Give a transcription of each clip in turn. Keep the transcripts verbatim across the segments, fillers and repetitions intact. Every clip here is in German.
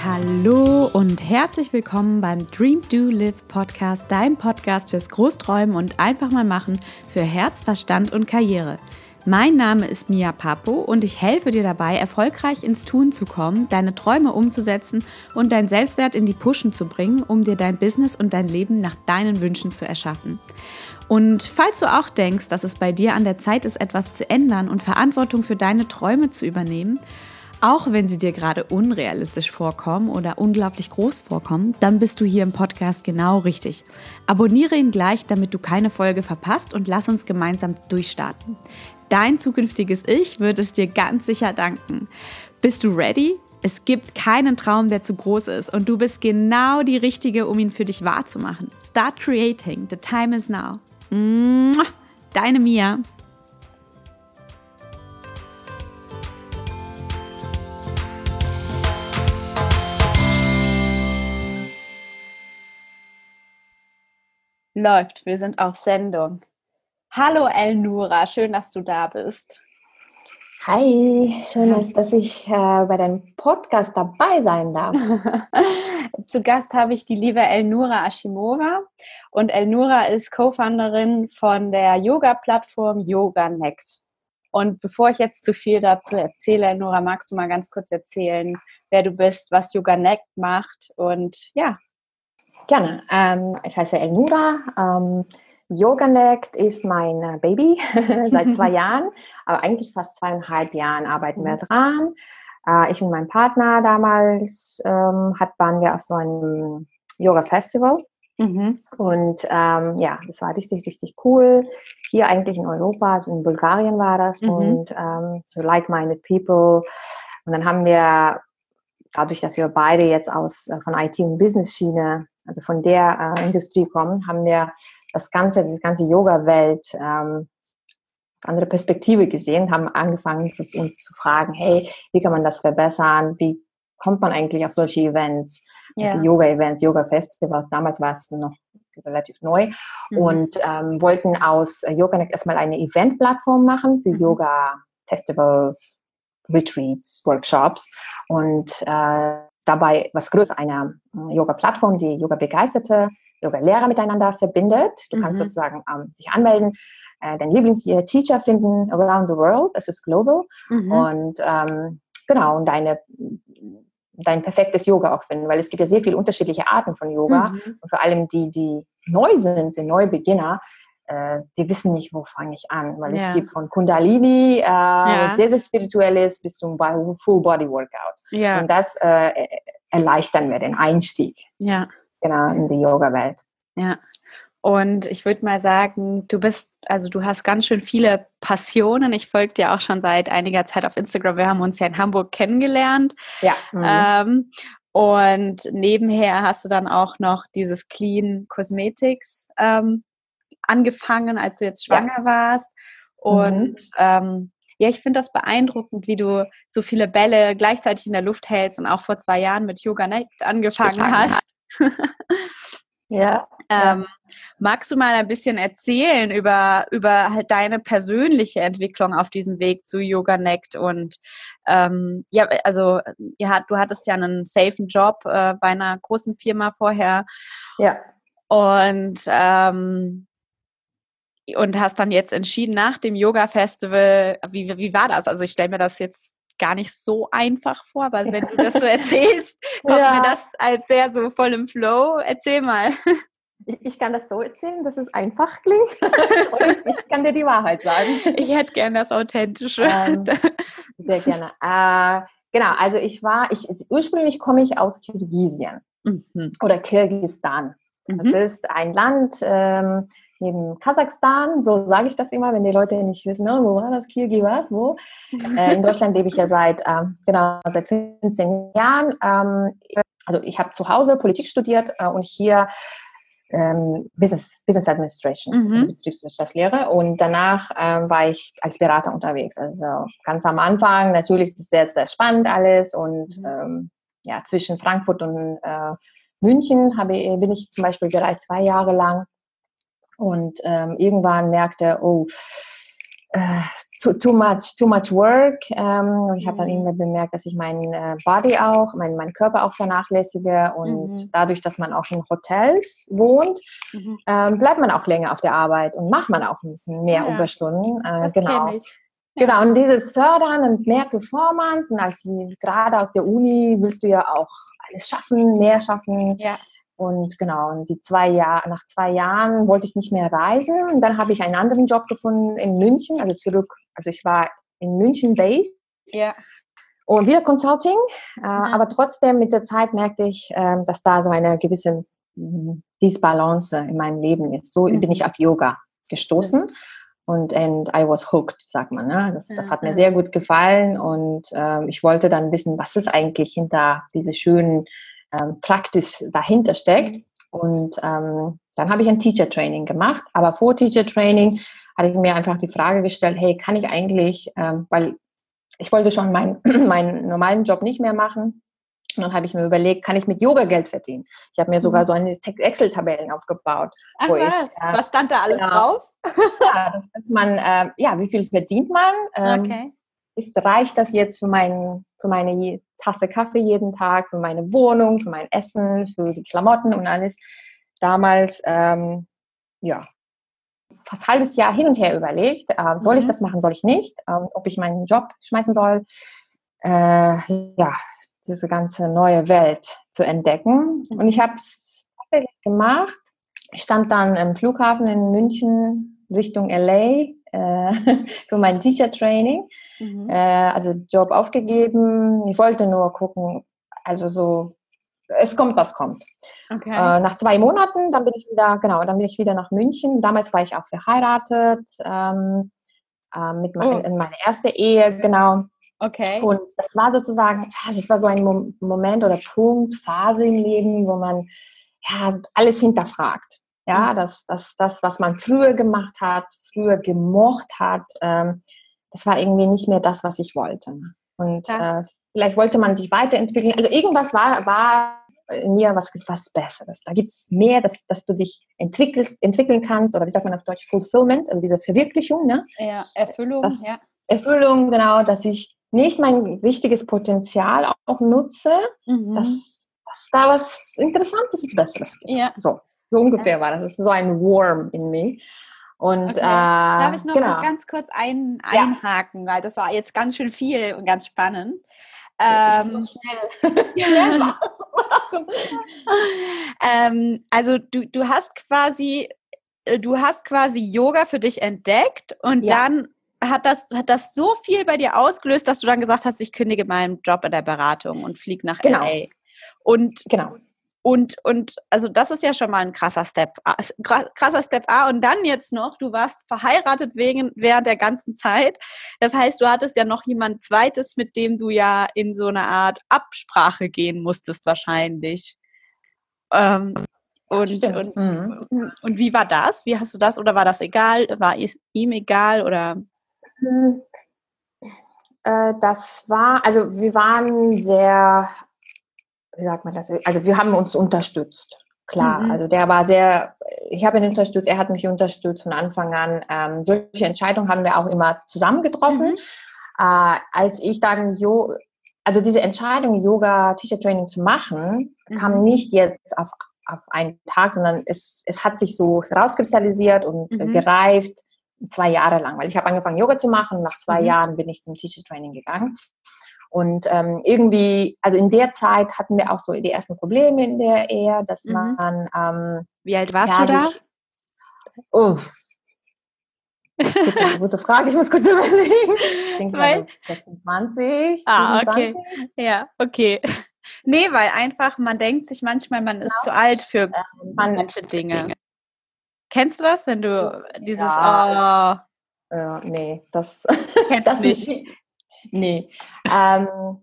Hallo und herzlich willkommen beim Dream Do Live Podcast, dein Podcast fürs Großträumen und einfach mal machen für Herz, Verstand und Karriere. Mein Name ist Mia Papo und ich helfe dir dabei, erfolgreich ins Tun zu kommen, deine Träume umzusetzen und deinen Selbstwert in die Pushen zu bringen, um dir dein Business und dein Leben nach deinen Wünschen zu erschaffen. Und falls du auch denkst, dass es bei dir an der Zeit ist, etwas zu ändern und Verantwortung für deine Träume zu übernehmen, auch wenn sie dir gerade unrealistisch vorkommen oder unglaublich groß vorkommen, dann bist du hier im Podcast genau richtig. Abonniere ihn gleich, damit du keine Folge verpasst und lass uns gemeinsam durchstarten. Dein zukünftiges Ich wird es dir ganz sicher danken. Bist du ready? Es gibt keinen Traum, der zu groß ist und du bist genau die Richtige, um ihn für dich wahrzumachen. Start creating. The time is now. Deine Mia. Läuft, wir sind auf Sendung. Hallo Elnura, schön, dass du da bist. Hi, schön, ja. dass ich äh, bei deinem Podcast dabei sein darf. Zu Gast habe ich die liebe Elnura Ashimova und Elnura ist Co-Founderin von der Yoga-Plattform YogaNect. Und bevor ich jetzt zu viel dazu erzähle, Elnura, magst du mal ganz kurz erzählen, wer du bist, was YogaNect macht und ja. Gerne. Ähm, ich heiße Elnura. Ähm, YogaNect ist mein Baby seit zwei Jahren, aber eigentlich fast zweieinhalb Jahren arbeiten wir dran. Äh, ich und mein Partner damals ähm, hat, waren wir auf so einem Yoga-Festival. Mhm. Und ähm, ja, das war richtig, richtig cool. Hier eigentlich in Europa, also in Bulgarien war das. Mhm. Und ähm, so like-minded people. Und dann haben wir, dadurch, dass wir beide jetzt aus äh, von I T und Business-Schiene, also von der äh, Industrie kommen, haben wir das ganze, diese ganze Yoga-Welt ähm, aus anderer Perspektive gesehen, haben angefangen, uns zu fragen, hey, wie kann man das verbessern? Wie kommt man eigentlich auf solche Events? Yeah. Also Yoga-Events, Yoga-Festivals, damals war es noch relativ neu. Mhm. Und ähm, wollten aus äh, YogaNect erstmal eine Event-Plattform machen für mhm. Yoga-Festivals, Retreats, Workshops und äh, dabei was Größeres, eine äh, Yoga-Plattform, die Yoga-Begeisterte Yoga-Lehrer miteinander verbindet. Du mhm. kannst sozusagen ähm, sich anmelden, äh, deinen Lieblings-Teacher finden around the world, es ist global mhm. und ähm, genau, und deine dein perfektes Yoga auch finden, weil es gibt ja sehr viele unterschiedliche Arten von Yoga mhm. und vor allem die, die neu sind, sind neue Beginner, äh, die wissen nicht, wo fange ich an, weil ja. es gibt von Kundalini, äh, ja. sehr, sehr spirituelles, bis zum Full-Body-Workout. Ja. Und das äh, erleichtern wir den Einstieg ja. genau, in die Yoga-Welt. Ja. Und ich würde mal sagen, du bist, also du hast ganz schön viele Passionen. Ich folge dir auch schon seit einiger Zeit auf Instagram. Wir haben uns ja in Hamburg kennengelernt. Ja. Mhm. Ähm, und nebenher hast du dann auch noch dieses Clean Cosmetics ähm, angefangen, als du jetzt schwanger ja. warst. Und mhm. ähm, ja, ich finde das beeindruckend, wie du so viele Bälle gleichzeitig in der Luft hältst und auch vor zwei Jahren mit YogaNect angefangen hast. Ja, ähm, ja. Magst du mal ein bisschen erzählen über, über halt deine persönliche Entwicklung auf diesem Weg zu YogaNect und ähm, ja, also ja, du hattest ja einen safen Job äh, bei einer großen Firma vorher ja. und ähm, und hast dann jetzt entschieden nach dem Yoga-Festival, wie, wie war das? Also ich stelle mir das jetzt gar nicht so einfach vor, aber wenn du das so erzählst, kommt ja. mir das als sehr so voll im Flow. Erzähl mal. Ich, ich kann das so erzählen, dass es einfach klingt. Und ich kann dir die Wahrheit sagen. Ich hätte gern das Authentische. Ähm, sehr gerne. Äh, genau, also ich war, ich ursprünglich komme ich aus Kirgisien mhm. oder Kirgisistan. Mhm. Das ist ein Land ähm, neben Kasachstan, so sage ich das immer, wenn die Leute nicht wissen, oh, wo war das, Kirgi, was, wo? Äh, in Deutschland lebe ich ja seit, ähm, genau, seit fünfzehn Jahren. Ähm, also ich habe zu Hause Politik studiert äh, und hier ähm, Business, Business Administration, mhm. also Betriebswirtschaftslehre. Und danach ähm, war ich als Berater unterwegs. Also ganz am Anfang, natürlich ist es sehr, sehr spannend alles. Und mhm. ähm, ja, zwischen Frankfurt und äh, München habe, bin ich zum Beispiel bereits zwei Jahre lang. Und ähm, irgendwann merkte, oh, äh, too, too much, too much work. Ähm, und ich habe dann Mhm. irgendwann bemerkt, dass ich meinen äh, Body auch, meinen mein Körper auch vernachlässige. Und Mhm. dadurch, dass man auch in Hotels wohnt, Mhm. ähm, bleibt man auch länger auf der Arbeit und macht man auch ein bisschen mehr Ah, ja. Überstunden. Äh, Das genau. kenne ich. Ja. Genau, und dieses Fördern und mehr Performance, und als gerade aus der Uni willst du ja auch alles schaffen, mehr schaffen. Ja. Und genau, und die zwei Jahre, nach zwei Jahren wollte ich nicht mehr reisen. Und dann habe ich einen anderen Job gefunden in München, also zurück, also ich war in München based. Ja. Und wieder Consulting, äh, ja. aber trotzdem mit der Zeit merkte ich, äh, dass da so eine gewisse mh, Disbalance in meinem Leben ist. So mhm. bin ich auf Yoga gestoßen. Mhm. Und and I was hooked, sagt man. Ne? Das, das hat mir sehr gut gefallen und ähm, ich wollte dann wissen, was ist eigentlich hinter diese schönen ähm, Praxis dahinter steckt. Mhm. Und ähm, dann habe ich ein Teacher Training gemacht. Aber vor Teacher Training hatte ich mir einfach die Frage gestellt, hey, kann ich eigentlich, ähm, weil ich wollte schon meinen, meinen normalen Job nicht mehr machen. Und dann habe ich mir überlegt, kann ich mit Yoga Geld verdienen? Ich habe mir sogar so eine Excel-Tabellen aufgebaut. Ach, wo was? Ich, äh, was stand da alles genau, drauf? ja, das, dass man, äh, ja, wie viel verdient man? Ähm, okay. Ist, reicht das jetzt für, mein, für meine Tasse Kaffee jeden Tag, für meine Wohnung, für mein Essen, für die Klamotten und alles? Damals, ähm, ja, fast ein halbes Jahr hin und her überlegt, äh, soll mhm. ich das machen, soll ich nicht? Ähm, ob ich meinen Job schmeißen soll? Äh, ja, diese ganze neue Welt zu entdecken. Mhm. Und ich habe es tatsächlich gemacht. Ich stand dann im Flughafen in München Richtung L A äh, für mein Teacher Training. Mhm. Äh, also Job aufgegeben. Ich wollte nur gucken, also so, es kommt, was kommt. Okay. Äh, nach zwei Monaten, dann bin ich wieder, genau, dann bin ich wieder nach München. Damals war ich auch verheiratet ähm, äh, mit mein, oh. in meiner ersten Ehe, genau. Okay. Und das war sozusagen, das war so ein Mom- Moment oder Punkt, Phase im Leben, wo man ja alles hinterfragt. Ja, mhm. das, das, das, was man früher gemacht hat, früher gemocht hat, ähm, das war irgendwie nicht mehr das, was ich wollte. Und ja. äh, vielleicht wollte man sich weiterentwickeln. Also irgendwas war, war in mir was, was Besseres. Da gibt es mehr, dass, dass du dich entwickelst, entwickeln kannst, oder wie sagt man auf Deutsch, Fulfillment, also diese Verwirklichung. Ne? Ja, Erfüllung, das, ja. Erfüllung, genau, dass ich nicht mein richtiges Potenzial auch nutze, mhm. dass, dass da was Interessantes und Besseres gibt. Ja. So, so ungefähr war das. Das ist so ein Worm in mir. Und, okay. äh, Darf ich noch genau. ganz kurz ein, einhaken, ja. weil das war jetzt ganz schön viel und ganz spannend. Ähm, so schnell, schnell machen. ähm, also du, du hast quasi, du hast quasi Yoga für dich entdeckt und ja. dann hat das, hat das so viel bei dir ausgelöst, dass du dann gesagt hast, ich kündige meinen Job in der Beratung und fliege nach genau. L A. Und, genau. und, und also das ist ja schon mal ein krasser Step, krasser Step A. Und dann jetzt noch, du warst verheiratet wegen, während der ganzen Zeit. Das heißt, du hattest ja noch jemand Zweites, mit dem du ja in so eine Art Absprache gehen musstest wahrscheinlich. Ähm, Und, ja, und, mhm. und wie war das? Wie hast du das? Oder war das egal? War es ihm egal? Oder? Hm. Äh, das war, also wir waren sehr, wie sagt man das? Also wir haben uns unterstützt. Klar, mhm. also der war sehr, ich habe ihn unterstützt, er hat mich unterstützt von Anfang an. Ähm, solche Entscheidungen haben wir auch immer zusammen getroffen. Mhm. Äh, als ich dann, jo- also diese Entscheidung, Yoga-Teacher-Training zu machen, mhm. kam nicht jetzt auf auf einen Tag, sondern es, es hat sich so herauskristallisiert und mhm. gereift zwei Jahre lang, weil ich habe angefangen Yoga zu machen und nach zwei mhm. Jahren bin ich zum Teacher Training gegangen und ähm, irgendwie, also in der Zeit hatten wir auch so die ersten Probleme in der Ehe, dass mhm. man ähm, wie alt warst ja, du da? Sich, oh, gute, gute Frage, ich muss kurz überlegen. Ich denke mal sechsundzwanzig, ah, siebenundzwanzig. Okay. Ja, okay. Nee, weil einfach, man denkt sich manchmal, man ist genau. zu alt für ähm, manche Dinge. Dinge. Kennst du das, wenn du dieses, ja. oh... Ja, nee, das... Kennst das nicht. Nee. Ähm,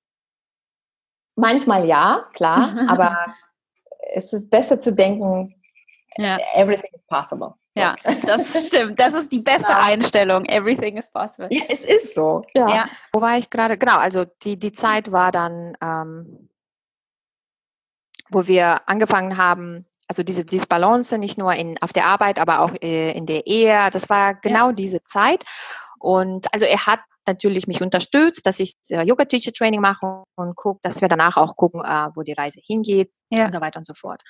manchmal ja, klar, aber es ist besser zu denken, ja. everything is possible. So. Ja, das stimmt. Das ist die beste ja. Einstellung. Everything is possible. Ja, es ist so. Ja. ja. Wo war ich gerade? Genau, also die, die Zeit war dann, ähm, wo wir angefangen haben, also diese, diese Balance nicht nur in, auf der Arbeit, aber auch äh, in der Ehe. Das war genau ja. diese Zeit. Und also er hat natürlich mich unterstützt, dass ich äh, Yoga-Teacher-Training mache und gucke, dass wir danach auch gucken, äh, wo die Reise hingeht ja. und so weiter und so fort.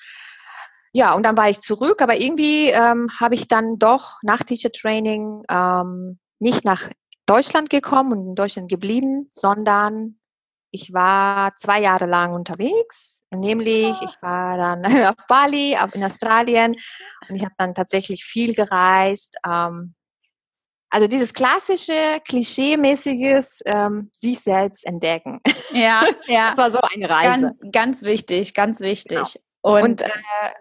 Ja, und dann war ich zurück, aber irgendwie ähm, habe ich dann doch nach Teacher-Training ähm, nicht nach Deutschland gekommen und in Deutschland geblieben, sondern ich war zwei Jahre lang unterwegs, nämlich ich war dann auf Bali, in Australien und ich habe dann tatsächlich viel gereist. Ähm, also dieses klassische, klischee-mäßiges ähm, sich selbst entdecken. Ja, ja. Das war so eine Reise. Ganz, ganz wichtig, ganz wichtig. Genau. Und, und äh,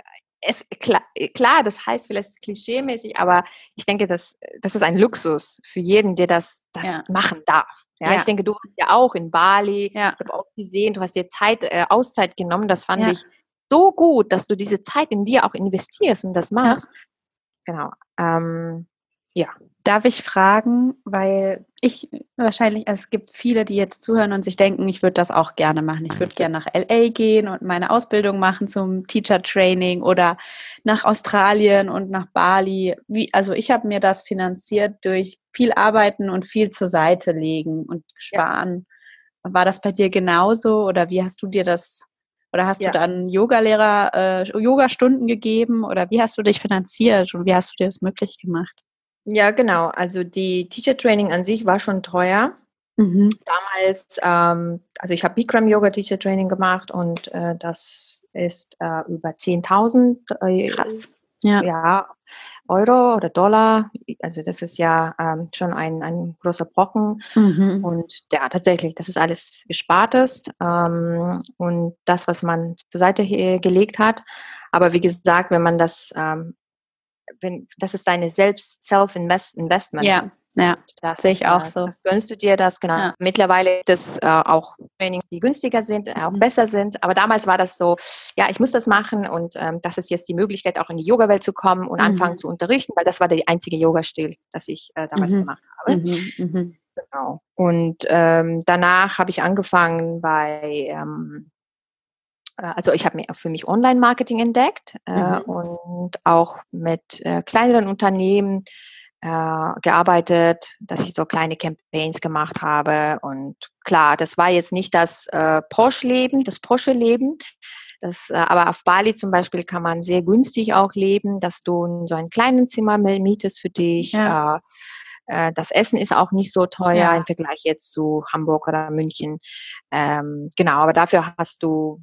es, klar, klar, das heißt vielleicht klischee-mäßig, aber ich denke, das, das ist ein Luxus für jeden, der das, das ja. machen darf. Ja, ja, ich denke, du warst ja auch in Bali, ja. ich habe auch gesehen, du hast dir Zeit, äh, Auszeit genommen, das fand ja. ich so gut, dass du diese Zeit in dir auch investierst und das machst. Ja. Genau. Ähm, ja. Darf ich fragen, weil ich wahrscheinlich, also es gibt viele, die jetzt zuhören und sich denken, ich würde das auch gerne machen. Ich würde gerne nach L A gehen und meine Ausbildung machen zum Teacher Training oder nach Australien und nach Bali. Wie, also ich habe mir das finanziert durch viel Arbeiten und viel zur Seite legen und sparen. Ja. War das bei dir genauso oder wie hast du dir das, oder hast ja. du dann Yogalehrer, äh, Yogastunden gegeben oder wie hast du dich finanziert und wie hast du dir das möglich gemacht? Ja, genau. Also die Teacher Training an sich war schon teuer. Mhm. Damals, ähm, also ich habe Bikram Yoga Teacher Training gemacht und äh, das ist äh, über zehntausend äh, Krass. Ja. ja, Euro oder Dollar. Also das ist ja ähm, schon ein, ein großer Brocken. Mhm. Und ja, tatsächlich, das ist alles Gespartes ähm, und das, was man zur Seite gelegt hat. Aber wie gesagt, wenn man das ähm, Wenn, das ist deine selbst Self-Investment. Ja, ja, das sehe ich auch äh, so. Das gönnst du dir, das, genau. Ja. Mittlerweile gibt es äh, auch Trainings, die günstiger sind, äh, auch mhm. besser sind. Aber damals war das so, ja, ich muss das machen und ähm, das ist jetzt die Möglichkeit, auch in die Yoga-Welt zu kommen und mhm. anfangen zu unterrichten, weil das war der einzige Yoga-Stil, das ich äh, damals mhm. gemacht habe. Mhm. Mhm. Genau. Und ähm, danach habe ich angefangen bei ähm, Also ich habe mir für mich Online-Marketing entdeckt äh, mhm. und auch mit äh, kleineren Unternehmen äh, gearbeitet, dass ich so kleine Campaigns gemacht habe. Und klar, das war jetzt nicht das äh, Porsche-Leben, das Porsche-Leben. Das, äh, aber auf Bali zum Beispiel kann man sehr günstig auch leben, dass du so ein kleines Zimmer mietest für dich. Ja. Äh, Das Essen ist auch nicht so teuer ja. im Vergleich jetzt zu Hamburg oder München. Ähm, genau, aber dafür hast du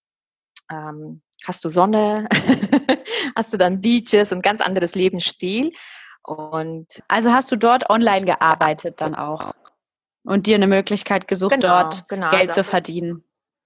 Ähm, hast du Sonne, hast du dann Beaches und ganz anderes Lebensstil. Und also hast du dort online gearbeitet dann auch und dir eine Möglichkeit gesucht, genau, dort genau, Geld also zu verdienen?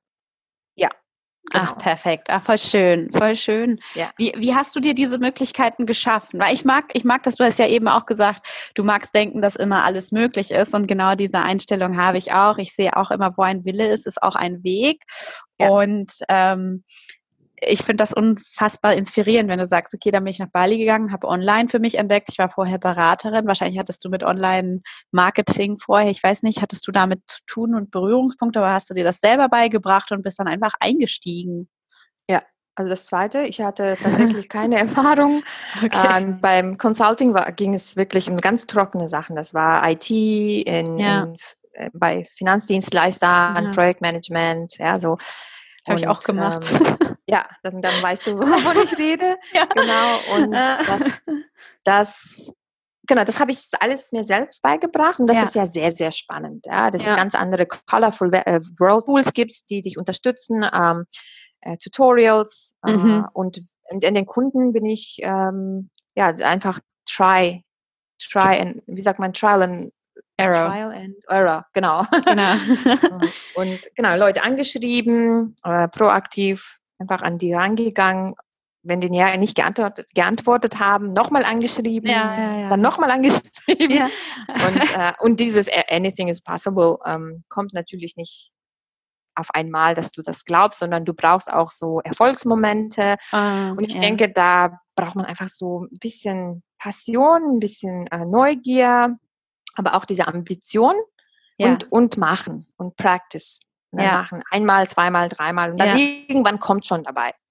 Ja. Genau. Ach, perfekt. Ach, voll schön, voll schön. Ja. Wie, wie hast du dir diese Möglichkeiten geschaffen? Weil ich mag, ich mag das, du hast ja eben auch gesagt, du magst denken, dass immer alles möglich ist und genau diese Einstellung habe ich auch. Ich sehe auch immer, wo ein Wille ist, ist auch ein Weg. Ja. Und ähm, ich finde das unfassbar inspirierend, wenn du sagst, okay, dann bin ich nach Bali gegangen, habe online für mich entdeckt. Ich war vorher Beraterin. Wahrscheinlich hattest du mit Online-Marketing vorher, ich weiß nicht, hattest du damit zu tun und Berührungspunkte, aber hast du dir das selber beigebracht und bist dann einfach eingestiegen? Ja, also das Zweite, ich hatte tatsächlich keine Erfahrung. Okay. Ähm, beim Consulting war, ging es wirklich um ganz trockene Sachen. Das war I T, in, ja. in, äh, bei Finanzdienstleistern, ja. Projektmanagement, ja, so. Habe ich auch gemacht. Ähm, ja, dann, dann weißt du, wovon ich rede. Ja. Genau. Und das, das, genau, das habe ich alles mir selbst beigebracht. Und das ja. ist ja sehr, sehr spannend. Ja, das ja. ist ganz andere Colorful World Tools gibt, die dich unterstützen. Ähm, äh, Tutorials. Mhm. Äh, und in, in den Kunden bin ich ähm, ja einfach try, try and, wie sagt man, trial and Error. Trial and Error, genau. Genau. Und genau, Leute angeschrieben, äh, proaktiv einfach an die rangegangen. Wenn die ja nicht geantwortet, geantwortet haben, nochmal angeschrieben, ja, ja, ja. dann nochmal angeschrieben. Ja. Und, äh, und dieses Anything is possible ähm, kommt natürlich nicht auf einmal, dass du das glaubst, sondern du brauchst auch so Erfolgsmomente. Uh, und ich ja. denke, da braucht man einfach so ein bisschen Passion, ein bisschen äh, Neugier, aber auch diese Ambition ja. und, und machen und Practice. Und dann ja. machen einmal, zweimal, dreimal und dann ja. irgendwann kommt schon dabei.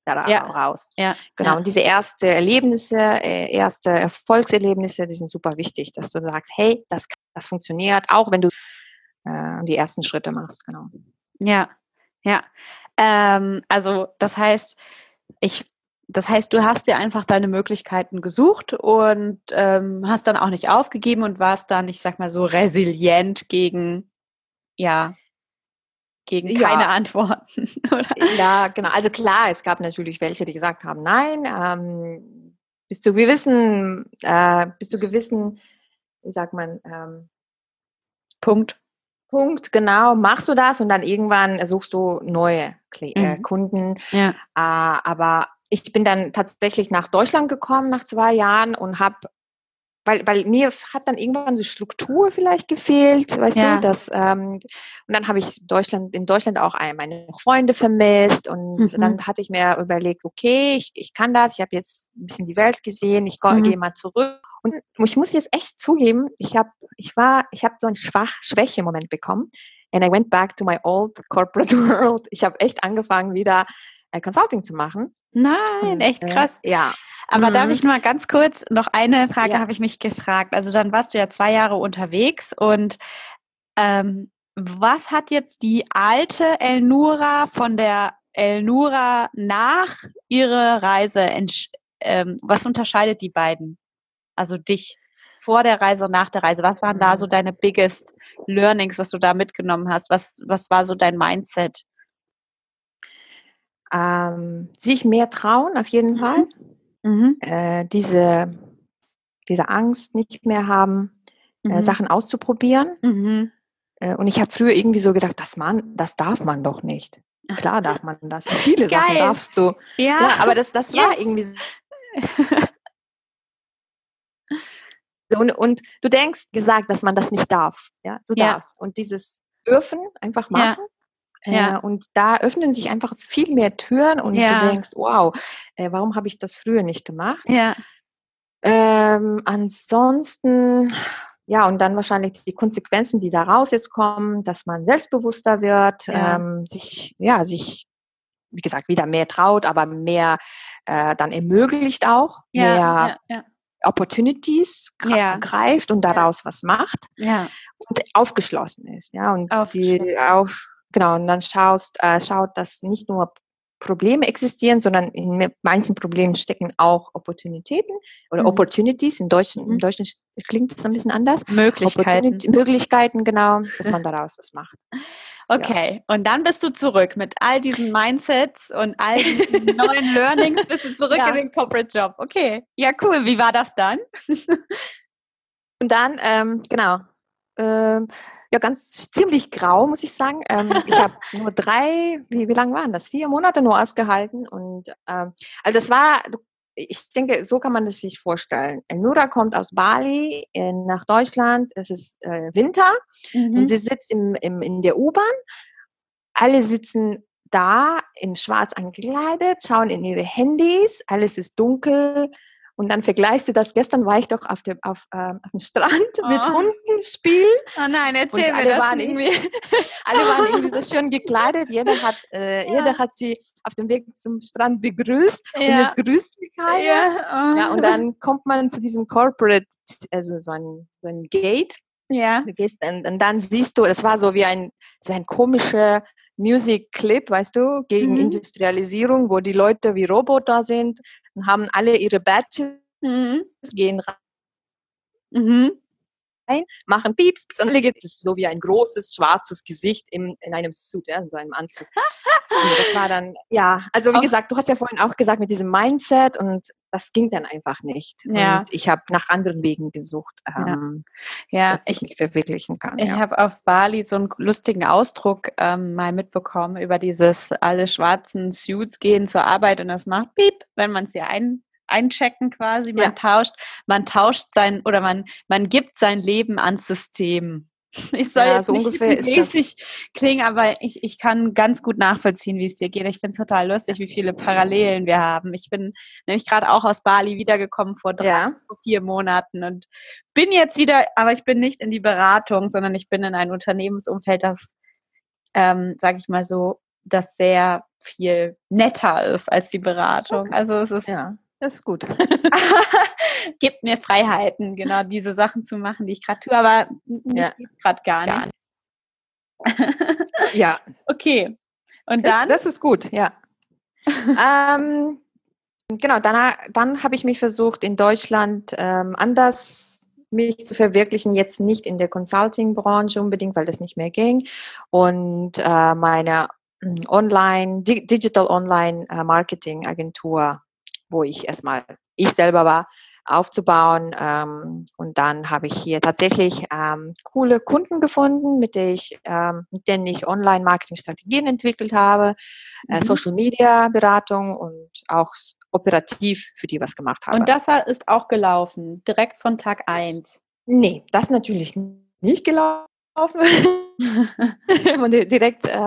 daraus. Ja. Ja. Genau, ja. und diese ersten Erlebnisse, äh, erste Erfolgserlebnisse, die sind super wichtig, dass du sagst, hey, das, das funktioniert, auch wenn du äh, die ersten Schritte machst. Genau. Ja, ja. Ähm, also das heißt, ich, das heißt, du hast dir einfach deine Möglichkeiten gesucht und ähm, hast dann auch nicht aufgegeben und warst dann, ich sag mal so, resilient gegen, ja, gegen keine Ja, Antworten, oder? ja, genau. Also klar, es gab natürlich welche, die gesagt haben, nein, ähm, bis zu gewissen, äh, bis zu gewissen, wie sagt man, ähm, Punkt. Punkt, genau, machst du das und dann irgendwann suchst du neue Kle- äh, Mhm. Kunden. Ja. Äh, aber ich bin dann tatsächlich nach Deutschland gekommen nach zwei Jahren und habe, weil, weil mir hat dann irgendwann so Struktur vielleicht gefehlt, weißt Ja. du, das, ähm, und dann habe ich Deutschland, in Deutschland auch ein, meine Freunde vermisst und Mhm. dann hatte ich mir überlegt, okay, ich, ich kann das, ich habe jetzt ein bisschen die Welt gesehen, ich Mhm. gehe mal zurück. Und ich muss jetzt echt zugeben, ich habe, ich war, ich habe so einen Schwach, Schwäche-Moment bekommen. And I went back to my old corporate world. Ich habe echt angefangen, wieder äh, Consulting zu machen. Nein, Und, echt krass. Äh, ja. Aber mhm. darf ich nur mal ganz kurz, noch eine Frage Ja. habe ich mich gefragt. Also dann warst du ja zwei Jahre unterwegs und ähm, was hat jetzt die alte Elnura von der Elnura nach ihrer Reise, entsch- ähm, was unterscheidet die beiden? Also dich vor der Reise und nach der Reise. Was waren da so deine biggest learnings, was du da mitgenommen hast? Was, was war so dein Mindset? Ähm, sich mehr trauen, auf jeden Mhm. Fall. Mhm. Äh, diese, diese Angst nicht mehr haben, äh, Mhm. Sachen auszuprobieren. Mhm. Äh, und ich habe früher irgendwie so gedacht, das, man, das darf man doch nicht. Klar darf man das. Viele Sachen Geil. darfst du. Ja, Ja, aber das, das yes. war irgendwie so. Und, und du denkst, gesagt, dass man das nicht darf. Ja, du Ja. darfst. Und dieses Dürfen einfach machen. Ja. Ja. Äh, und da öffnen sich einfach viel mehr Türen und Ja. du denkst, wow, äh, warum habe ich das früher nicht gemacht? Ja. Ähm, ansonsten, ja, und dann wahrscheinlich die Konsequenzen, die daraus jetzt kommen, dass man selbstbewusster wird, Ja. ähm, sich, ja, sich, wie gesagt, wieder mehr traut, aber mehr äh, dann ermöglicht auch, Ja. mehr Ja. Ja. Opportunities Ja. greift und daraus was macht Ja. und aufgeschlossen ist, ja, und Aufgeschlossen. die auch, genau, und dann schaust, äh, schaut, dass nicht nur Probleme existieren, sondern in manchen Problemen stecken auch Opportunitäten oder Mhm. Opportunities. Im Deutschen, Mhm. im Deutschen klingt das ein bisschen anders. Möglichkeiten. Möglichkeiten, genau, dass man daraus was macht. Okay, ja. Und dann bist du zurück mit all diesen Mindsets und all diesen neuen Learnings, bist du zurück ja. in den Corporate Job. Okay, ja cool. Wie war das dann? Und dann, ähm, genau, ähm, ja, ganz ziemlich grau, muss ich sagen. Ähm, ich habe nur drei, wie, wie lange waren das? Vier Monate nur ausgehalten. Und ähm, also das war, ich denke, so kann man das sich vorstellen. Nura kommt aus Bali in, nach Deutschland. Es ist äh, Winter mhm. und sie sitzt im, im, in der U-Bahn. Alle sitzen da in schwarz angekleidet, schauen in ihre Handys. Alles ist dunkel. Und dann vergleichst du das, gestern war ich doch auf dem, auf, ähm, auf dem Strand oh. mit Hunden spielen. Oh nein, erzähl und mir alle das waren nicht. Irgendwie, alle waren irgendwie so schön gekleidet. Jeder hat, äh, ja. jeder hat sie auf dem Weg zum Strand begrüßt. Ja. Und jetzt grüßt sie keiner. Ja. Oh. ja, und dann kommt man zu diesem Corporate, also so ein, so ein Gate. Ja. Du gehst und, und dann siehst du, es war so wie ein, so ein komischer Music-Clip, weißt du, gegen mhm. Industrialisierung, wo die Leute wie Roboter sind und haben alle ihre Badges, mhm. gehen rein, mhm. machen Pieps, und es ist so wie ein großes schwarzes Gesicht im, in einem Suit, ja, in so einem Anzug. Und das war dann, ja, also wie Auch. gesagt, du hast ja vorhin auch gesagt mit diesem Mindset und das ging dann einfach nicht. Ja. Und ich habe nach anderen Wegen gesucht, ähm, ja. Ja, dass ich, ich mich verwirklichen kann. Ich ja. habe auf Bali so einen lustigen Ausdruck ähm, mal mitbekommen über dieses alle schwarzen Suits gehen zur Arbeit und das macht Piep, wenn man sie ein einchecken quasi, man ja. tauscht, man tauscht sein oder man, man gibt sein Leben ans System. Ich soll ja, jetzt so nicht ungefähr mäßig klingen, aber ich, ich kann ganz gut nachvollziehen, wie es dir geht. Ich finde es total lustig, wie viele Parallelen wir haben. Ich bin nämlich gerade auch aus Bali wiedergekommen vor drei, ja. vor vier Monaten und bin jetzt wieder, aber ich bin nicht in die Beratung, sondern ich bin in ein Unternehmensumfeld, das, ähm, sage ich mal so, das sehr viel netter ist als die Beratung. Okay. Also es ist... Ja, das ist gut. Gibt mir Freiheiten, genau diese Sachen zu machen, die ich gerade tue, aber mich Ja. geht's gerade gar nicht. Ja. Okay. Und das, dann? Das ist gut, ja. ähm, genau, dann, dann habe ich mich versucht, in Deutschland ähm, anders mich zu verwirklichen, jetzt nicht in der Consulting-Branche unbedingt, weil das nicht mehr ging. Und äh, meine Online, Digital Online Marketing Agentur, wo ich erstmal ich selber war, aufzubauen. Ähm, und dann habe ich hier tatsächlich ähm, coole Kunden gefunden, mit, der ich, ähm, mit denen ich Online-Marketing-Strategien entwickelt habe, äh, Mhm. Social-Media-Beratung und auch operativ für die was gemacht habe. Und das ist auch gelaufen, direkt von Tag eins? Nee, das natürlich nicht gelaufen. Und direkt, äh,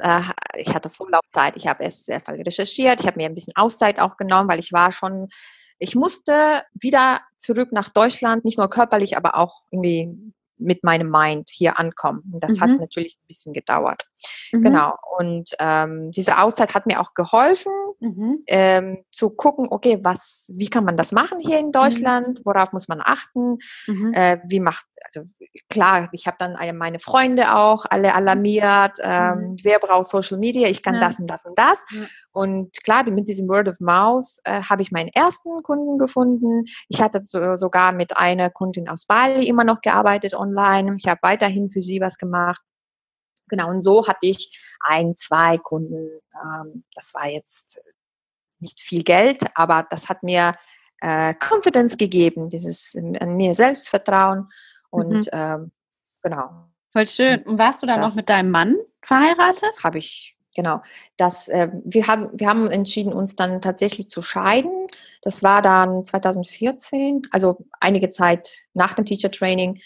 ich hatte Vorlaufzeit, ich habe erst sehr viel recherchiert, ich habe mir ein bisschen Auszeit auch genommen, weil ich war schon, ich musste wieder zurück nach Deutschland, nicht nur körperlich, aber auch irgendwie mit meinem Mind hier ankommen. Und das mhm. hat natürlich ein bisschen gedauert. Mhm. Genau. Und ähm, diese Auszeit hat mir auch geholfen, mhm. ähm, zu gucken, okay, was, wie kann man das machen hier in Deutschland? Mhm. Worauf muss man achten? Mhm. Äh, wie macht, also klar, ich habe dann eine, meine Freunde auch alle alarmiert, ähm, mhm. wer braucht Social Media? Ich kann ja. das und das und das. Ja. Und klar, mit diesem Word of Mouth äh, habe ich meinen ersten Kunden gefunden. Ich hatte so, sogar mit einer Kundin aus Bali immer noch gearbeitet online. Ich habe weiterhin für sie was gemacht. Genau, und so hatte ich ein, zwei Kunden. Ähm, das war jetzt nicht viel Geld, aber das hat mir äh, Confidence gegeben, dieses an mir Selbstvertrauen. Und mhm. ähm, genau. Voll schön. Und warst du dann das, noch mit deinem Mann verheiratet? Das habe ich, genau. Das, äh, wir, haben, wir haben entschieden, uns dann tatsächlich zu scheiden. Das war dann zwanzig vierzehn, also einige Zeit nach dem Teacher Training.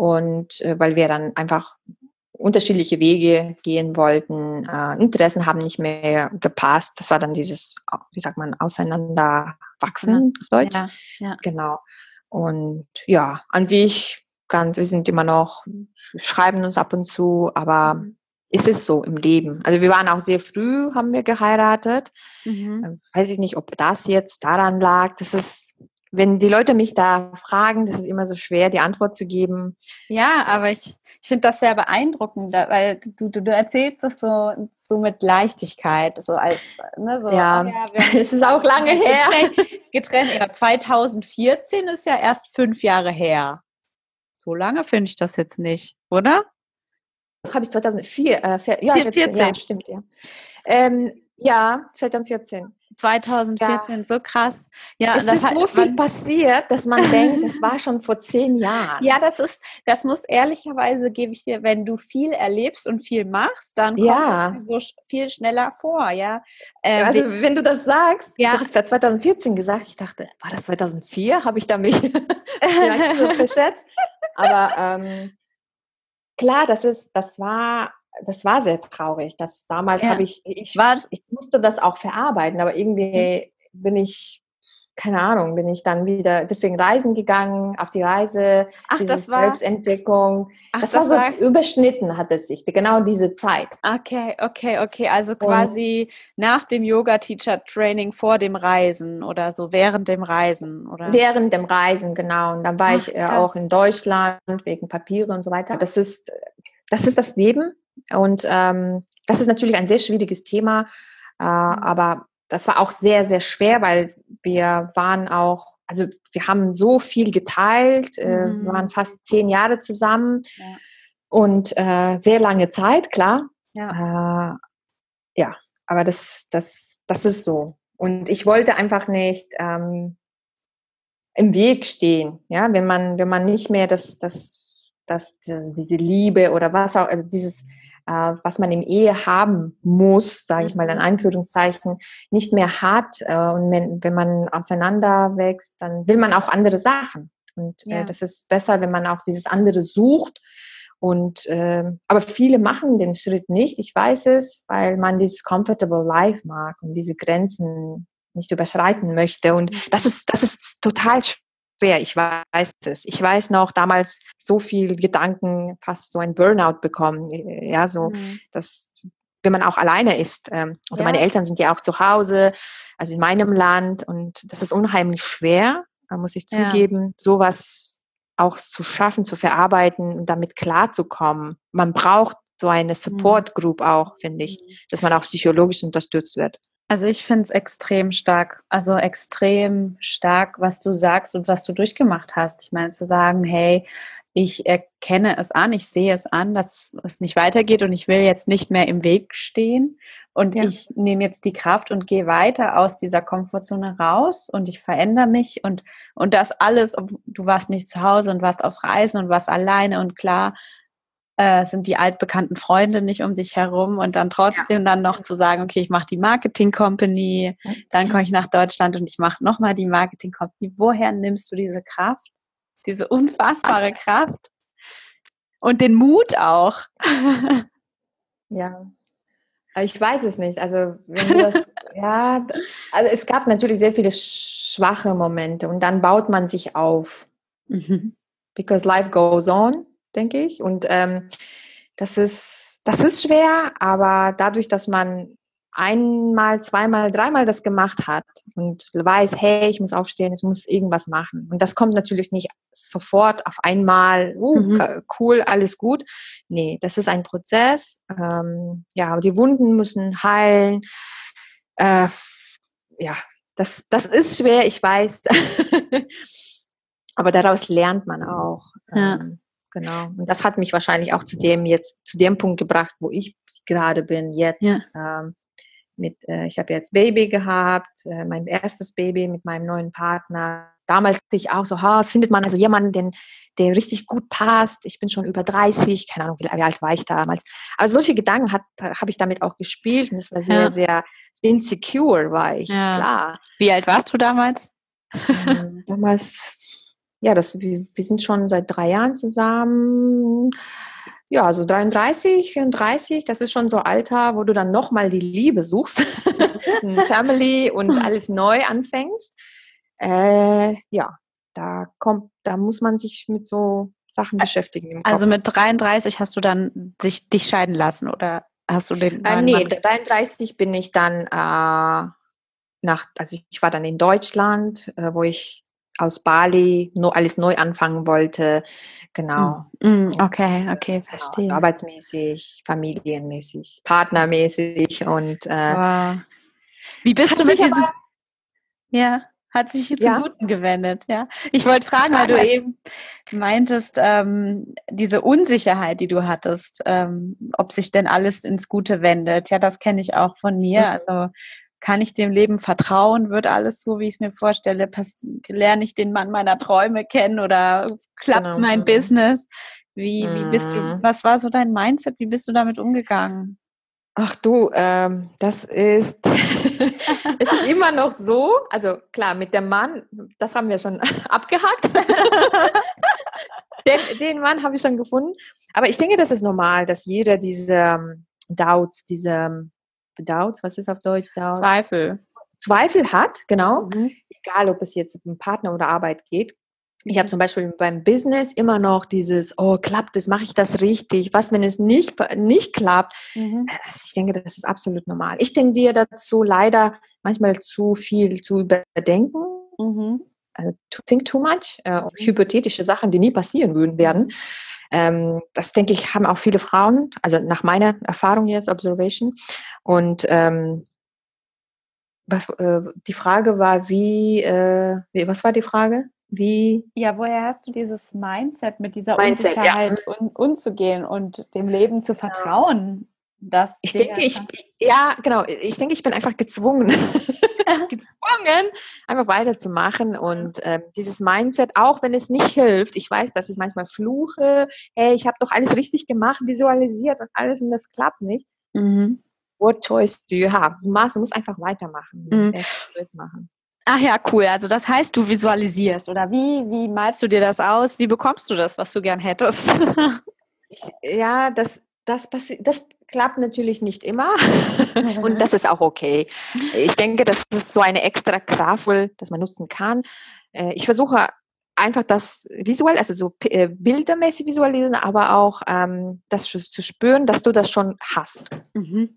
Und äh, weil wir dann einfach unterschiedliche Wege gehen wollten, äh, Interessen haben nicht mehr gepasst. Das war dann dieses, wie sagt man, Auseinanderwachsen auf Deutsch. Ja, ja. Genau. Und ja, an sich, ganz, wir sind immer noch, schreiben uns ab und zu, aber mhm. es ist so im Leben. Also wir waren auch sehr früh, haben wir geheiratet. Mhm. Weiß ich nicht, ob das jetzt daran lag. Das ist, wenn die Leute mich da fragen, das ist immer so schwer, die Antwort zu geben. Ja, aber ich, ich finde das sehr beeindruckend, weil du, du, du erzählst das so, so mit Leichtigkeit. So als, ne, so, ja, oh ja, es ist auch lange her. Getrennt, getrennt. Ja, zwanzig vierzehn ist ja erst fünf Jahre her. So lange finde ich das jetzt nicht, oder? Das habe ich zweitausendvier, äh, vier, ja, vierzehn, ja, stimmt, ja. Ähm, ja, zwanzig vierzehn. zwanzig vierzehn, ja. So krass. Ja, es das ist so viel passiert, dass man denkt, das war schon vor zehn Jahren. Ja, das ist, das muss ehrlicherweise, gebe ich dir, wenn du viel erlebst und viel machst, dann kommt ja. es so viel schneller vor, ja. Ähm, also wenn du das sagst, ja. Du hast für zwanzig vierzehn gesagt, ich dachte, war das zweitausendvier? Habe ich da mich vielleicht so verschätzt? Aber ähm, klar, das ist, das war, das war sehr traurig. Das damals ja. habe ich, ich, war, ich musste das auch verarbeiten, aber irgendwie mhm. bin ich, keine Ahnung, bin ich dann wieder deswegen reisen gegangen, auf die Reise, ach, diese das war, Selbstentdeckung. Ach, das, das war so war, überschnitten, hat es sich, genau diese Zeit. Okay, okay, okay. Also quasi und nach dem Yoga-Teacher-Training vor dem Reisen oder so, während dem Reisen, oder? Während dem Reisen, genau. Und dann war ach, ich äh, auch in Deutschland wegen Papiere und so weiter. Das ist, das ist das Leben. Und ähm, das ist natürlich ein sehr schwieriges Thema, äh, mhm. aber das war auch sehr, sehr schwer, weil wir waren auch, also wir haben so viel geteilt, mhm. äh, wir waren fast zehn Jahre zusammen ja. und äh, sehr lange Zeit, klar. Ja, äh, ja aber das, das, das ist so. Und ich wollte einfach nicht ähm, im Weg stehen, ja, wenn man, wenn man nicht mehr das, das, das, diese Liebe oder was auch, also dieses was man im Ehe haben muss, sage ich mal in Anführungszeichen, nicht mehr hat. Und wenn, wenn man auseinander wächst, dann will man auch andere Sachen. Und ja. äh, das ist besser, wenn man auch dieses andere sucht. Und äh, aber viele machen den Schritt nicht. Ich weiß es, weil man dieses comfortable life mag und diese Grenzen nicht überschreiten möchte. Und das ist, das ist total schwer. Schwer, ich weiß es. Ich weiß noch, damals so viel Gedanken, fast so ein Burnout bekommen. Ja, so, mhm. das, wenn man auch alleine ist. Ähm, also ja. meine Eltern sind ja auch zu Hause, also in meinem Land, und das ist unheimlich schwer, muss ich zugeben, ja. sowas auch zu schaffen, zu verarbeiten und damit klarzukommen. Man braucht so eine Support Group auch, finde ich, dass man auch psychologisch unterstützt wird. Also ich finde es extrem stark, also extrem stark, was du sagst und was du durchgemacht hast. Ich meine, zu sagen, hey, ich erkenne es an, ich sehe es an, dass es nicht weitergeht und ich will jetzt nicht mehr im Weg stehen und ja. ich nehme jetzt die Kraft und gehe weiter aus dieser Komfortzone raus und ich verändere mich und, und das alles, du warst nicht zu Hause und warst auf Reisen und warst alleine und klar, äh, sind die altbekannten Freunde nicht um dich herum und dann trotzdem ja. dann noch zu sagen, okay, ich mache die Marketing-Company, dann komme ich nach Deutschland und ich mache nochmal die Marketing-Company. Woher nimmst du diese Kraft? Diese unfassbare Kraft und den Mut auch. Ja, ich weiß es nicht. Also wenn du das, ja, also es gab natürlich sehr viele schwache Momente und dann baut man sich auf. Mhm. Because life goes on, denke ich. Und ähm, das ist, das ist schwer, aber dadurch, dass man einmal, zweimal, dreimal das gemacht hat und weiß, hey, ich muss aufstehen, ich muss irgendwas machen. Und das kommt natürlich nicht sofort auf einmal, uh, mhm. cool, alles gut. Nee, das ist ein Prozess. Ähm, ja, die Wunden müssen heilen. Äh, ja, das, das ist schwer, ich weiß. Aber daraus lernt man auch. Ja. Ähm, genau. Und das hat mich wahrscheinlich auch zu dem jetzt, zu dem Punkt gebracht, wo ich gerade bin jetzt. Ja. Ähm, mit, äh, ich habe jetzt Baby gehabt, äh, mein erstes Baby mit meinem neuen Partner. Damals dachte ich auch so, ha, findet man also jemanden, den, der richtig gut passt. Ich bin schon über dreißig, keine Ahnung, wie, wie alt war ich damals. Aber solche Gedanken habe ich damit auch gespielt und es war sehr, ja. sehr insecure, war ich, ja. klar. Wie alt warst du damals? Ähm, damals, ja, das, wir, wir sind schon seit drei Jahren zusammen. Ja, also dreiunddreißig, vierunddreißig, das ist schon so Alter, wo du dann nochmal die Liebe suchst, Family und alles neu anfängst. Äh, ja, da kommt, da muss man sich mit so Sachen beschäftigen im Kopf. Also mit dreiunddreißig hast du dann sich, dich scheiden lassen oder hast du den äh, Nee, Mann? dreiunddreißig bin ich dann äh, nach, also ich war dann in Deutschland, äh, wo ich aus Bali nur alles neu anfangen wollte. Genau. Mm, okay, okay, verstehe. Genau, also arbeitsmäßig, familienmäßig, partnermäßig und äh, wow. Wie bist du mit diesem... Ja, hat sich zum ja. Guten gewendet, ja. Ich wollte fragen, weil du eben meintest, ähm, diese Unsicherheit, die du hattest, ähm, ob sich denn alles ins Gute wendet. Ja, das kenne ich auch von mir. Mhm. Also kann ich dem Leben vertrauen? Wird alles so, wie ich es mir vorstelle? Pass- lerne ich den Mann meiner Träume kennen oder klappt genau. mein mhm. Business? Wie, mhm. wie bist du, was war so dein Mindset? Wie bist du damit umgegangen? Ach du, ähm, das ist, es ist immer noch so, also klar, mit dem Mann, das haben wir schon abgehakt. den, den Mann habe ich schon gefunden. Aber ich denke, das ist normal, dass jeder diese um, Doubts, diese Doubts, was ist auf Deutsch Doubts? Zweifel. Zweifel hat, genau. Mhm. Egal, ob es jetzt um Partner oder Arbeit geht. Ich habe zum Beispiel beim Business immer noch dieses, oh, klappt das, mache ich das richtig? Was, wenn es nicht, nicht klappt? Mhm. Also ich denke, das ist absolut normal. Ich tendiere dazu, leider manchmal zu viel zu überdenken. Mhm. Also to think too much. Äh, mhm. Hypothetische Sachen, die nie passieren würden, werden. Ähm, das, denke ich, haben auch viele Frauen, also nach meiner Erfahrung jetzt, Observation. Und ähm, was, äh, die Frage war, wie, äh, wie, was war die Frage? Wie? Ja, woher hast du dieses Mindset, mit dieser Mindset, Unsicherheit ja. un, umzugehen und dem Leben zu vertrauen? Dass ich denke, ich, ja, genau, ich denke, ich bin einfach gezwungen, gezwungen, einfach weiterzumachen und äh, dieses Mindset, auch wenn es nicht hilft, ich weiß, dass ich manchmal fluche, hey, ich habe doch alles richtig gemacht, visualisiert und alles und das klappt nicht. Mhm. What choice do you have? Du musst einfach weitermachen, den ersten Schritt machen. Ach ja, cool. Also das heißt, du visualisierst oder wie, wie malst du dir das aus? Wie bekommst du das, was du gern hättest? ich, ja, das, das, passi- das klappt natürlich nicht immer und das ist auch okay. Ich denke, das ist so eine extra Kraft, das man nutzen kann. Ich versuche einfach das visuell, also so äh, bildermäßig visualisieren, aber auch ähm, das zu spüren, dass du das schon hast. Mhm.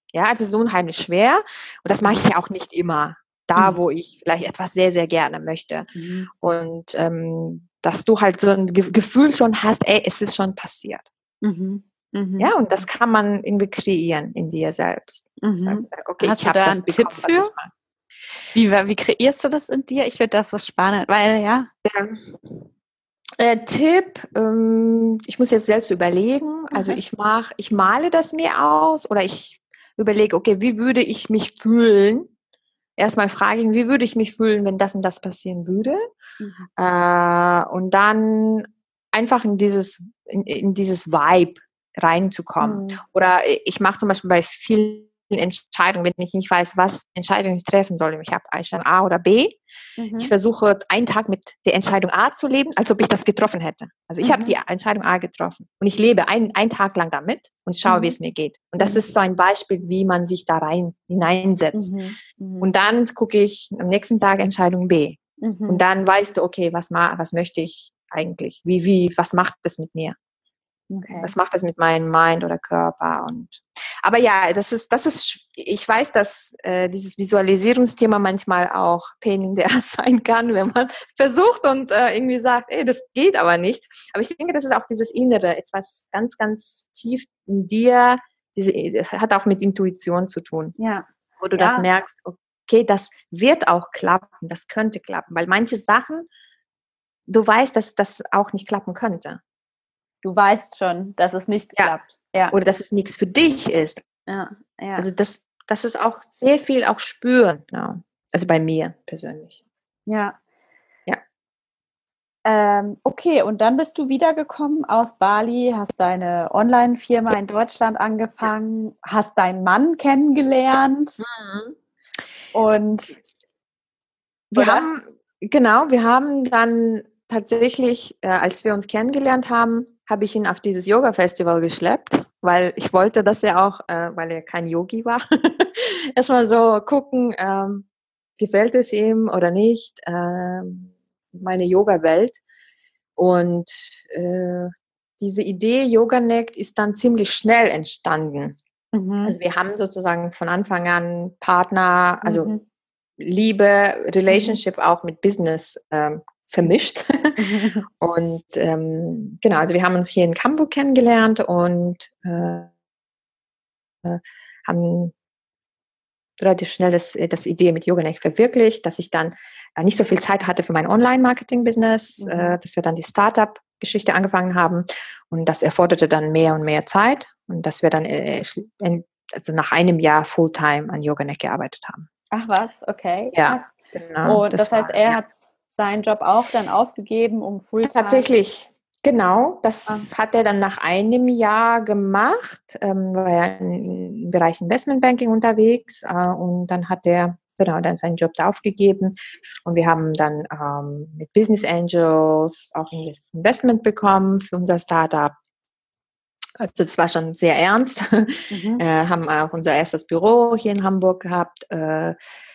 Ja, das ist unheimlich schwer und das mache ich ja auch nicht immer. Da, mhm. wo ich vielleicht etwas sehr, sehr gerne möchte. Mhm. Und ähm, dass du halt so ein Ge- Gefühl schon hast, ey, es ist schon passiert. Mhm. Mhm. Ja, und das kann man irgendwie kreieren in dir selbst. Mhm. Okay, hast ich habe das bekommen, Tipp für? Was ich mag. Wie, wie kreierst du das in dir? Ich finde das so spannend, weil ja. ja. Äh, Tipp, ähm, ich muss jetzt selbst überlegen. Also ich mache, ich male das mir aus oder ich überlege, okay, wie würde ich mich fühlen? Erstmal frage ich, wie würde ich mich fühlen, wenn das und das passieren würde? Mhm. Äh, und dann einfach in dieses, in, in dieses Vibe reinzukommen. Mhm. Oder ich mache zum Beispiel bei vielen Entscheidungen, wenn ich nicht weiß, was Entscheidung ich treffen soll. Ich habe Entscheidung A oder B. Mhm. Ich versuche einen Tag mit der Entscheidung A zu leben, als ob ich das getroffen hätte. Also ich mhm. habe die Entscheidung A getroffen und ich lebe ein, einen Tag lang damit und schaue, mhm. wie es mir geht. Und das mhm. ist so ein Beispiel, wie man sich da rein hineinsetzt. Mhm. Mhm. Und dann gucke ich am nächsten Tag Entscheidung B. Mhm. Und dann weißt du, okay, was, ma- was möchte ich eigentlich? Wie, wie, was macht das mit mir? Okay. Was macht das mit meinem Mind oder Körper? Und aber ja, das ist, das ist, ich weiß, dass äh, dieses Visualisierungsthema manchmal auch pain in the ass sein kann, wenn man versucht und äh, irgendwie sagt, ey, das geht aber nicht. Aber ich denke, das ist auch dieses Innere, etwas ganz, ganz tief in dir, diese, das hat auch mit Intuition zu tun. Ja. Wo du ja. das merkst, okay, das wird auch klappen, das könnte klappen, weil manche Sachen, du weißt, dass das auch nicht klappen könnte. Du weißt schon, dass es nicht ja. klappt. Ja. Oder dass es nichts für dich ist. Ja. Ja. Also das, das ist auch sehr viel auch spüren. Ja. Also bei mir persönlich. Ja. Ja. Ähm, okay, und dann bist du wiedergekommen aus Bali, hast deine Online-Firma in Deutschland angefangen, ja. hast deinen Mann kennengelernt. Mhm. Und wir oder? haben, genau, wir haben dann tatsächlich, äh, als wir uns kennengelernt haben, habe ich ihn auf dieses Yoga-Festival geschleppt, weil ich wollte, dass er auch, äh, weil er kein Yogi war, erstmal so gucken, ähm, gefällt es ihm oder nicht, ähm, meine Yoga-Welt. Und äh, diese Idee YogaNect ist dann ziemlich schnell entstanden. Mhm. Also wir haben sozusagen von Anfang an Partner, also mhm. Liebe, Relationship mhm. auch mit Business ähm, vermischt. Mhm. Und ähm, genau, also wir haben uns hier in Hamburg kennengelernt und äh, äh, haben relativ schnell das, das Idee mit YogaNect verwirklicht, dass ich dann äh, nicht so viel Zeit hatte für mein Online-Marketing-Business, mhm. äh, dass wir dann die Startup-Geschichte angefangen haben und das erforderte dann mehr und mehr Zeit und dass wir dann äh, also nach einem Jahr Fulltime an YogaNect gearbeitet haben. Ach was, okay. Ja, krass. Genau. Und das, das heißt, war, er ja. hat seinen Job auch dann aufgegeben, um Fulltime... Tatsächlich, genau. Das ah. hat er dann nach einem Jahr gemacht, ähm, war er im Bereich Investmentbanking unterwegs äh, und dann hat er genau dann seinen Job da aufgegeben und wir haben dann ähm, mit Business Angels auch Investment bekommen für unser Startup. Also das war schon sehr ernst. Mhm. äh, haben auch unser erstes Büro hier in Hamburg gehabt äh,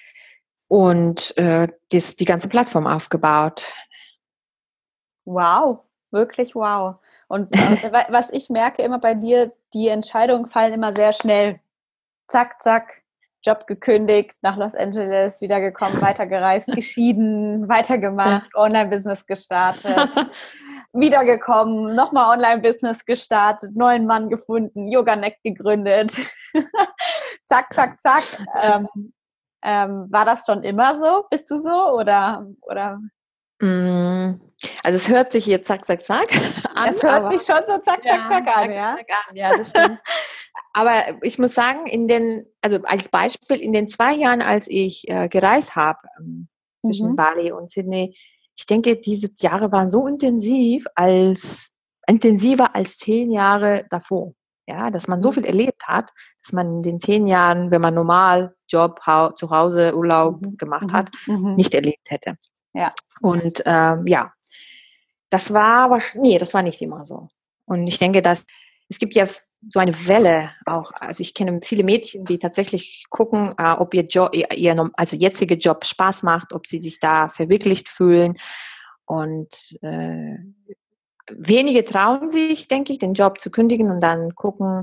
und äh, das, die ganze Plattform aufgebaut. Wow, wirklich wow. Und äh, was ich merke immer bei dir, die Entscheidungen fallen immer sehr schnell. Zack, zack, Job gekündigt, nach Los Angeles, wiedergekommen, weitergereist, geschieden, weitergemacht, ja. Online-Business gestartet, wiedergekommen, nochmal Online-Business gestartet, neuen Mann gefunden, YogaNect gegründet. Zack, zack, zack. Ähm, ähm, war das schon immer so? Bist du so? Oder, oder? Also es hört sich hier zack, zack, zack an. Es hört sich schon so zack, zack, zack ja, an, zack, ja? Zack, an. Ja, das stimmt. Aber ich muss sagen, in den, also als Beispiel, in den zwei Jahren, als ich äh, gereist habe, ähm, zwischen mhm. Bali und Sydney, ich denke, diese Jahre waren so intensiv, als intensiver als zehn Jahre davor. Ja, dass man so viel erlebt hat, dass man in den zehn Jahren, wenn man normal Job, hau- zu Hause Urlaub mhm. gemacht mhm. hat, mhm. nicht erlebt hätte. Ja. Und ähm, ja, das war aber, nee, das war nicht immer so. Und ich denke, dass es gibt ja so eine Welle auch. Also ich kenne viele Mädchen, die tatsächlich gucken, äh, ob ihr Job, ihr, ihr also jetziger Job Spaß macht, ob sie sich da verwirklicht fühlen. Und äh, wenige trauen sich, denke ich, den Job zu kündigen und dann gucken,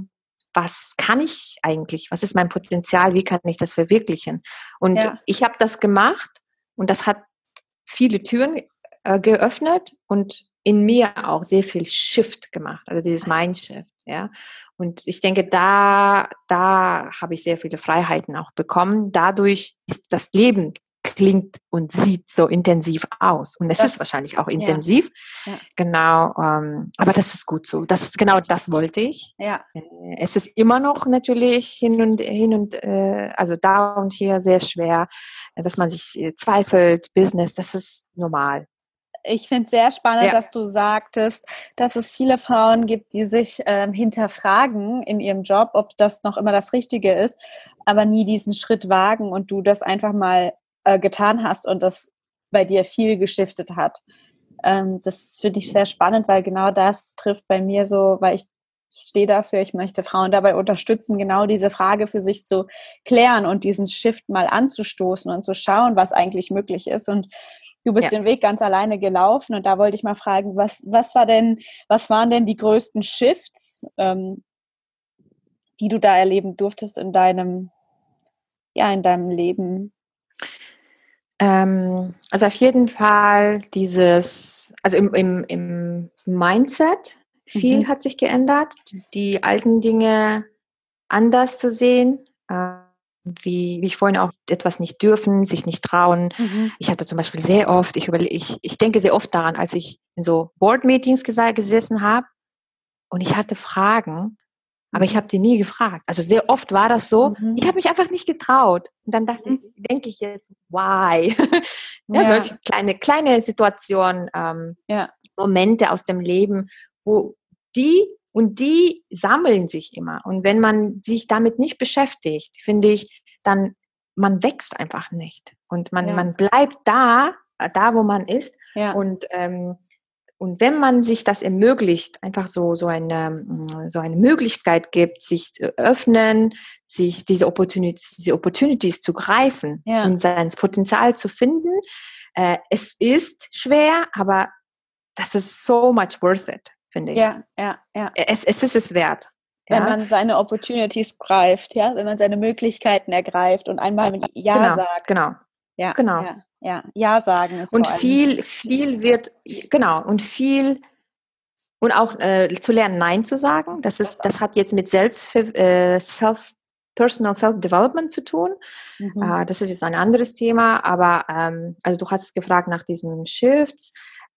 was kann ich eigentlich? Was ist mein Potenzial? Wie kann ich das verwirklichen? Und ja. ich habe das gemacht und das hat viele Türen äh, geöffnet und in mir auch sehr viel Shift gemacht, also dieses Mindshift, ja. Und ich denke, da, da habe ich sehr viele Freiheiten auch bekommen. Dadurch ist das Leben klingt und sieht so intensiv aus. Und es das, ist wahrscheinlich auch intensiv. Ja. Ja. Genau. Ähm, aber das ist gut so. Das, genau das wollte ich. Ja. Äh, es ist immer noch natürlich hin und, hin und, äh, also da und hier sehr schwer, dass man sich äh, zweifelt, Business, das ist normal. Ich finde es sehr spannend, ja. dass du sagtest, dass es viele Frauen gibt, die sich ähm, hinterfragen in ihrem Job, ob das noch immer das Richtige ist, aber nie diesen Schritt wagen und du das einfach mal äh, getan hast und das bei dir viel gestiftet hat. Ähm, das finde ich sehr spannend, weil genau das trifft bei mir so, weil ich, ich stehe dafür, ich möchte Frauen dabei unterstützen, genau diese Frage für sich zu klären und diesen Shift mal anzustoßen und zu schauen, was eigentlich möglich ist. Und du bist ja. den Weg ganz alleine gelaufen und da wollte ich mal fragen, was, was war denn, was waren denn die größten Shifts, ähm, die du da erleben durftest in deinem, ja, in deinem Leben? Ähm, also auf jeden Fall dieses, also im, im, im Mindset, viel mhm. hat sich geändert, die alten Dinge anders zu sehen, äh, Wie, wie ich vorhin auch etwas nicht dürfen, sich nicht trauen. Mhm. Ich hatte zum Beispiel sehr oft, ich, überle- ich, ich denke sehr oft daran, als ich in so Board-Meetings ges- gesessen habe und ich hatte Fragen, aber ich habe die nie gefragt. Also sehr oft war das so, mhm. ich habe mich einfach nicht getraut. Und dann dachte ich, denke ich jetzt, why? ja, ja. Solche kleine, kleine Situationen, ähm, ja. Momente aus dem Leben, wo die Und die sammeln sich immer. Und wenn man sich damit nicht beschäftigt, finde ich, dann, man wächst einfach nicht. Und man, ja. man bleibt da, da, wo man ist. Ja. Und, ähm, und wenn man sich das ermöglicht, einfach so, so eine, so eine Möglichkeit gibt, sich zu öffnen, sich diese Opportunities, diese Opportunities zu greifen ja. und sein Potenzial zu finden, äh, es ist schwer, aber das ist so much worth it. Finde ich. Ja, ja, ja. Es, es ist es wert. Wenn ja? man seine Opportunities greift, ja, wenn man seine Möglichkeiten ergreift und einmal mit Ja genau, sagt. Genau, ja, genau. Ja, ja. Ja sagen ist und vor allem viel, viel wird, genau, und viel, und auch äh, zu lernen, Nein zu sagen, das ist, das hat jetzt mit Selbst, äh, Self, Personal Self-Development zu tun. Mhm. Äh, das ist jetzt ein anderes Thema, aber ähm, also du hast gefragt nach diesen Shifts.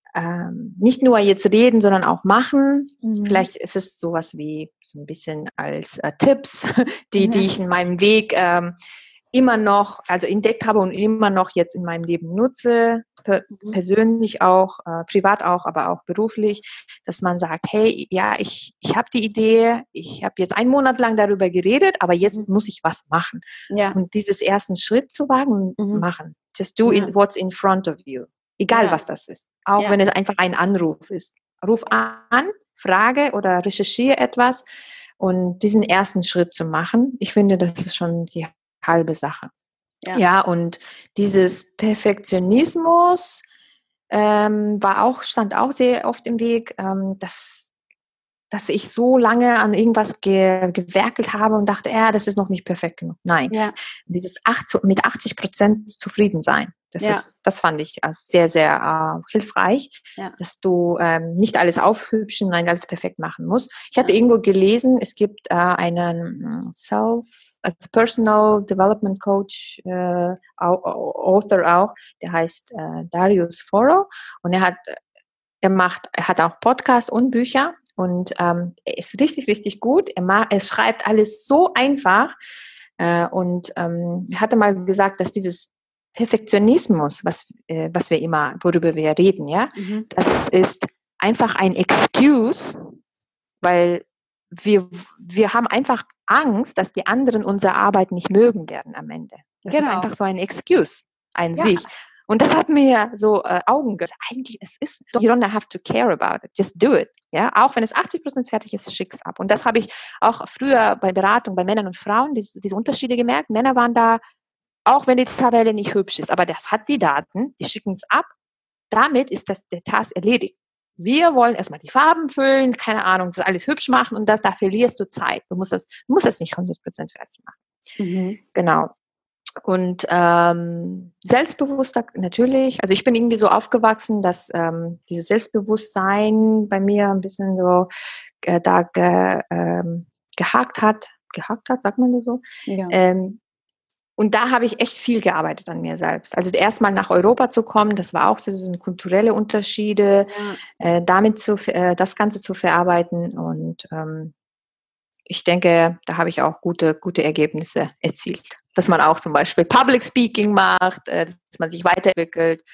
Ähm, nicht nur jetzt reden, sondern auch machen. Mhm. Vielleicht ist es sowas wie so ein bisschen als äh, Tipps, die, die ich in meinem Weg ähm, immer noch, also entdeckt habe und immer noch jetzt in meinem Leben nutze, per, mhm. persönlich auch, äh, privat auch, aber auch beruflich, dass man sagt, hey, ja, ich, ich habe die Idee, ich habe jetzt einen Monat lang darüber geredet, aber jetzt mhm. muss ich was machen. Ja. Und dieses ersten Schritt zu wagen, mhm. machen. Just do ja. in, what's in front of you. Egal, ja. was das ist. Auch ja. wenn es einfach ein Anruf ist. Ruf an, frage oder recherchiere etwas und diesen ersten Schritt zu machen, ich finde, das ist schon die halbe Sache. Ja, ja und dieses Perfektionismus ähm, war auch, stand auch sehr oft im Weg, ähm, dass, dass ich so lange an irgendwas ge- gewerkelt habe und dachte, ja, das ist noch nicht perfekt genug. Nein, ja. dieses acht, mit achtzig Prozent zufrieden sein. Das, ja. ist, das fand ich als sehr, sehr äh, hilfreich, ja. dass du ähm, nicht alles aufhübschen, nein, alles perfekt machen musst. Ich habe ja. irgendwo gelesen, es gibt äh, einen Self, also Personal Development Coach, äh, Author auch, der heißt äh, Darius Foro und er hat, er macht, er hat auch Podcasts und Bücher und ähm, er ist richtig, richtig gut. Er, ma- er schreibt alles so einfach äh, und ähm, er hatte mal gesagt, dass dieses Perfektionismus, was, äh, was wir immer, worüber wir reden, ja, mhm. das ist einfach ein Excuse, weil wir, wir haben einfach Angst, dass die anderen unsere Arbeit nicht mögen werden am Ende. Das genau. ist einfach so ein Excuse an ja. sich. Und das hat mir so äh, Augen geöffnet. Eigentlich, es ist, you don't have to care about it. Just do it. Ja, auch wenn es achtzig Prozent fertig ist, schick's ab. Und das habe ich auch früher bei Beratung bei Männern und Frauen, diese, diese Unterschiede gemerkt. Männer waren da, auch wenn die Tabelle nicht hübsch ist, aber das hat die Daten, die schicken es ab. Damit ist das, der Task erledigt. wir wollen erstmal die Farben füllen, keine Ahnung, das alles hübsch machen und das, da verlierst du Zeit. Du musst das, du musst das nicht hundert Prozent fertig machen. Mhm. Genau. Und ähm, selbstbewusster natürlich, also ich bin irgendwie so aufgewachsen, dass ähm, dieses Selbstbewusstsein bei mir ein bisschen so äh, da ge, ähm, gehakt hat, gehakt hat, sagt man das so? Ja. Ähm, und da habe ich echt viel gearbeitet an mir selbst. Also erstmal nach Europa zu kommen, das war auch so, so kulturelle Unterschiede, ja. äh, damit zu, äh, das Ganze zu verarbeiten und ähm, ich denke, da habe ich auch gute, gute Ergebnisse erzielt. Dass man auch zum Beispiel Public Speaking macht, dass man sich weiterentwickelt.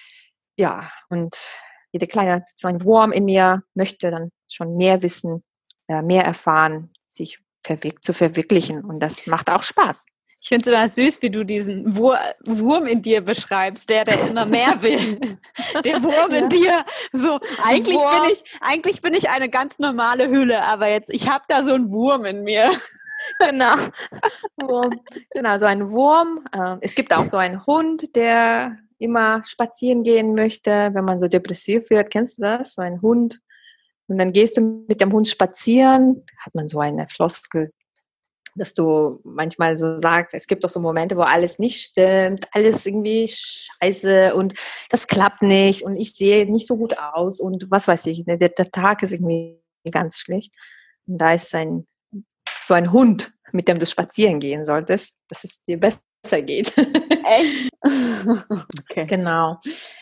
Ja, und jede kleine, so ein Wurm in mir möchte dann schon mehr wissen, mehr erfahren, sich verwirk- zu verwirklichen. Und das macht auch Spaß. Ich finde es immer süß, wie du diesen Wur- Wurm in dir beschreibst, der, der immer mehr will. Der Wurm ja. in dir. So, eigentlich bin ich, eigentlich bin ich eine ganz normale Hülle, aber jetzt, ich habe da so einen Wurm in mir. Genau. Wurm. Genau, so ein Wurm. Es gibt auch so einen Hund, der immer spazieren gehen möchte, wenn man so depressiv wird. Kennst du das? So ein Hund. Und dann gehst du mit dem Hund spazieren, hat man so eine Floskel, dass du manchmal so sagst, es gibt doch so Momente, wo alles nicht stimmt, alles irgendwie scheiße und das klappt nicht und ich sehe nicht so gut aus und was weiß ich, der, der Tag ist irgendwie ganz schlecht. Und da ist ein, so ein Hund, mit dem du spazieren gehen solltest, dass es dir besser geht. Echt? Okay. Genau.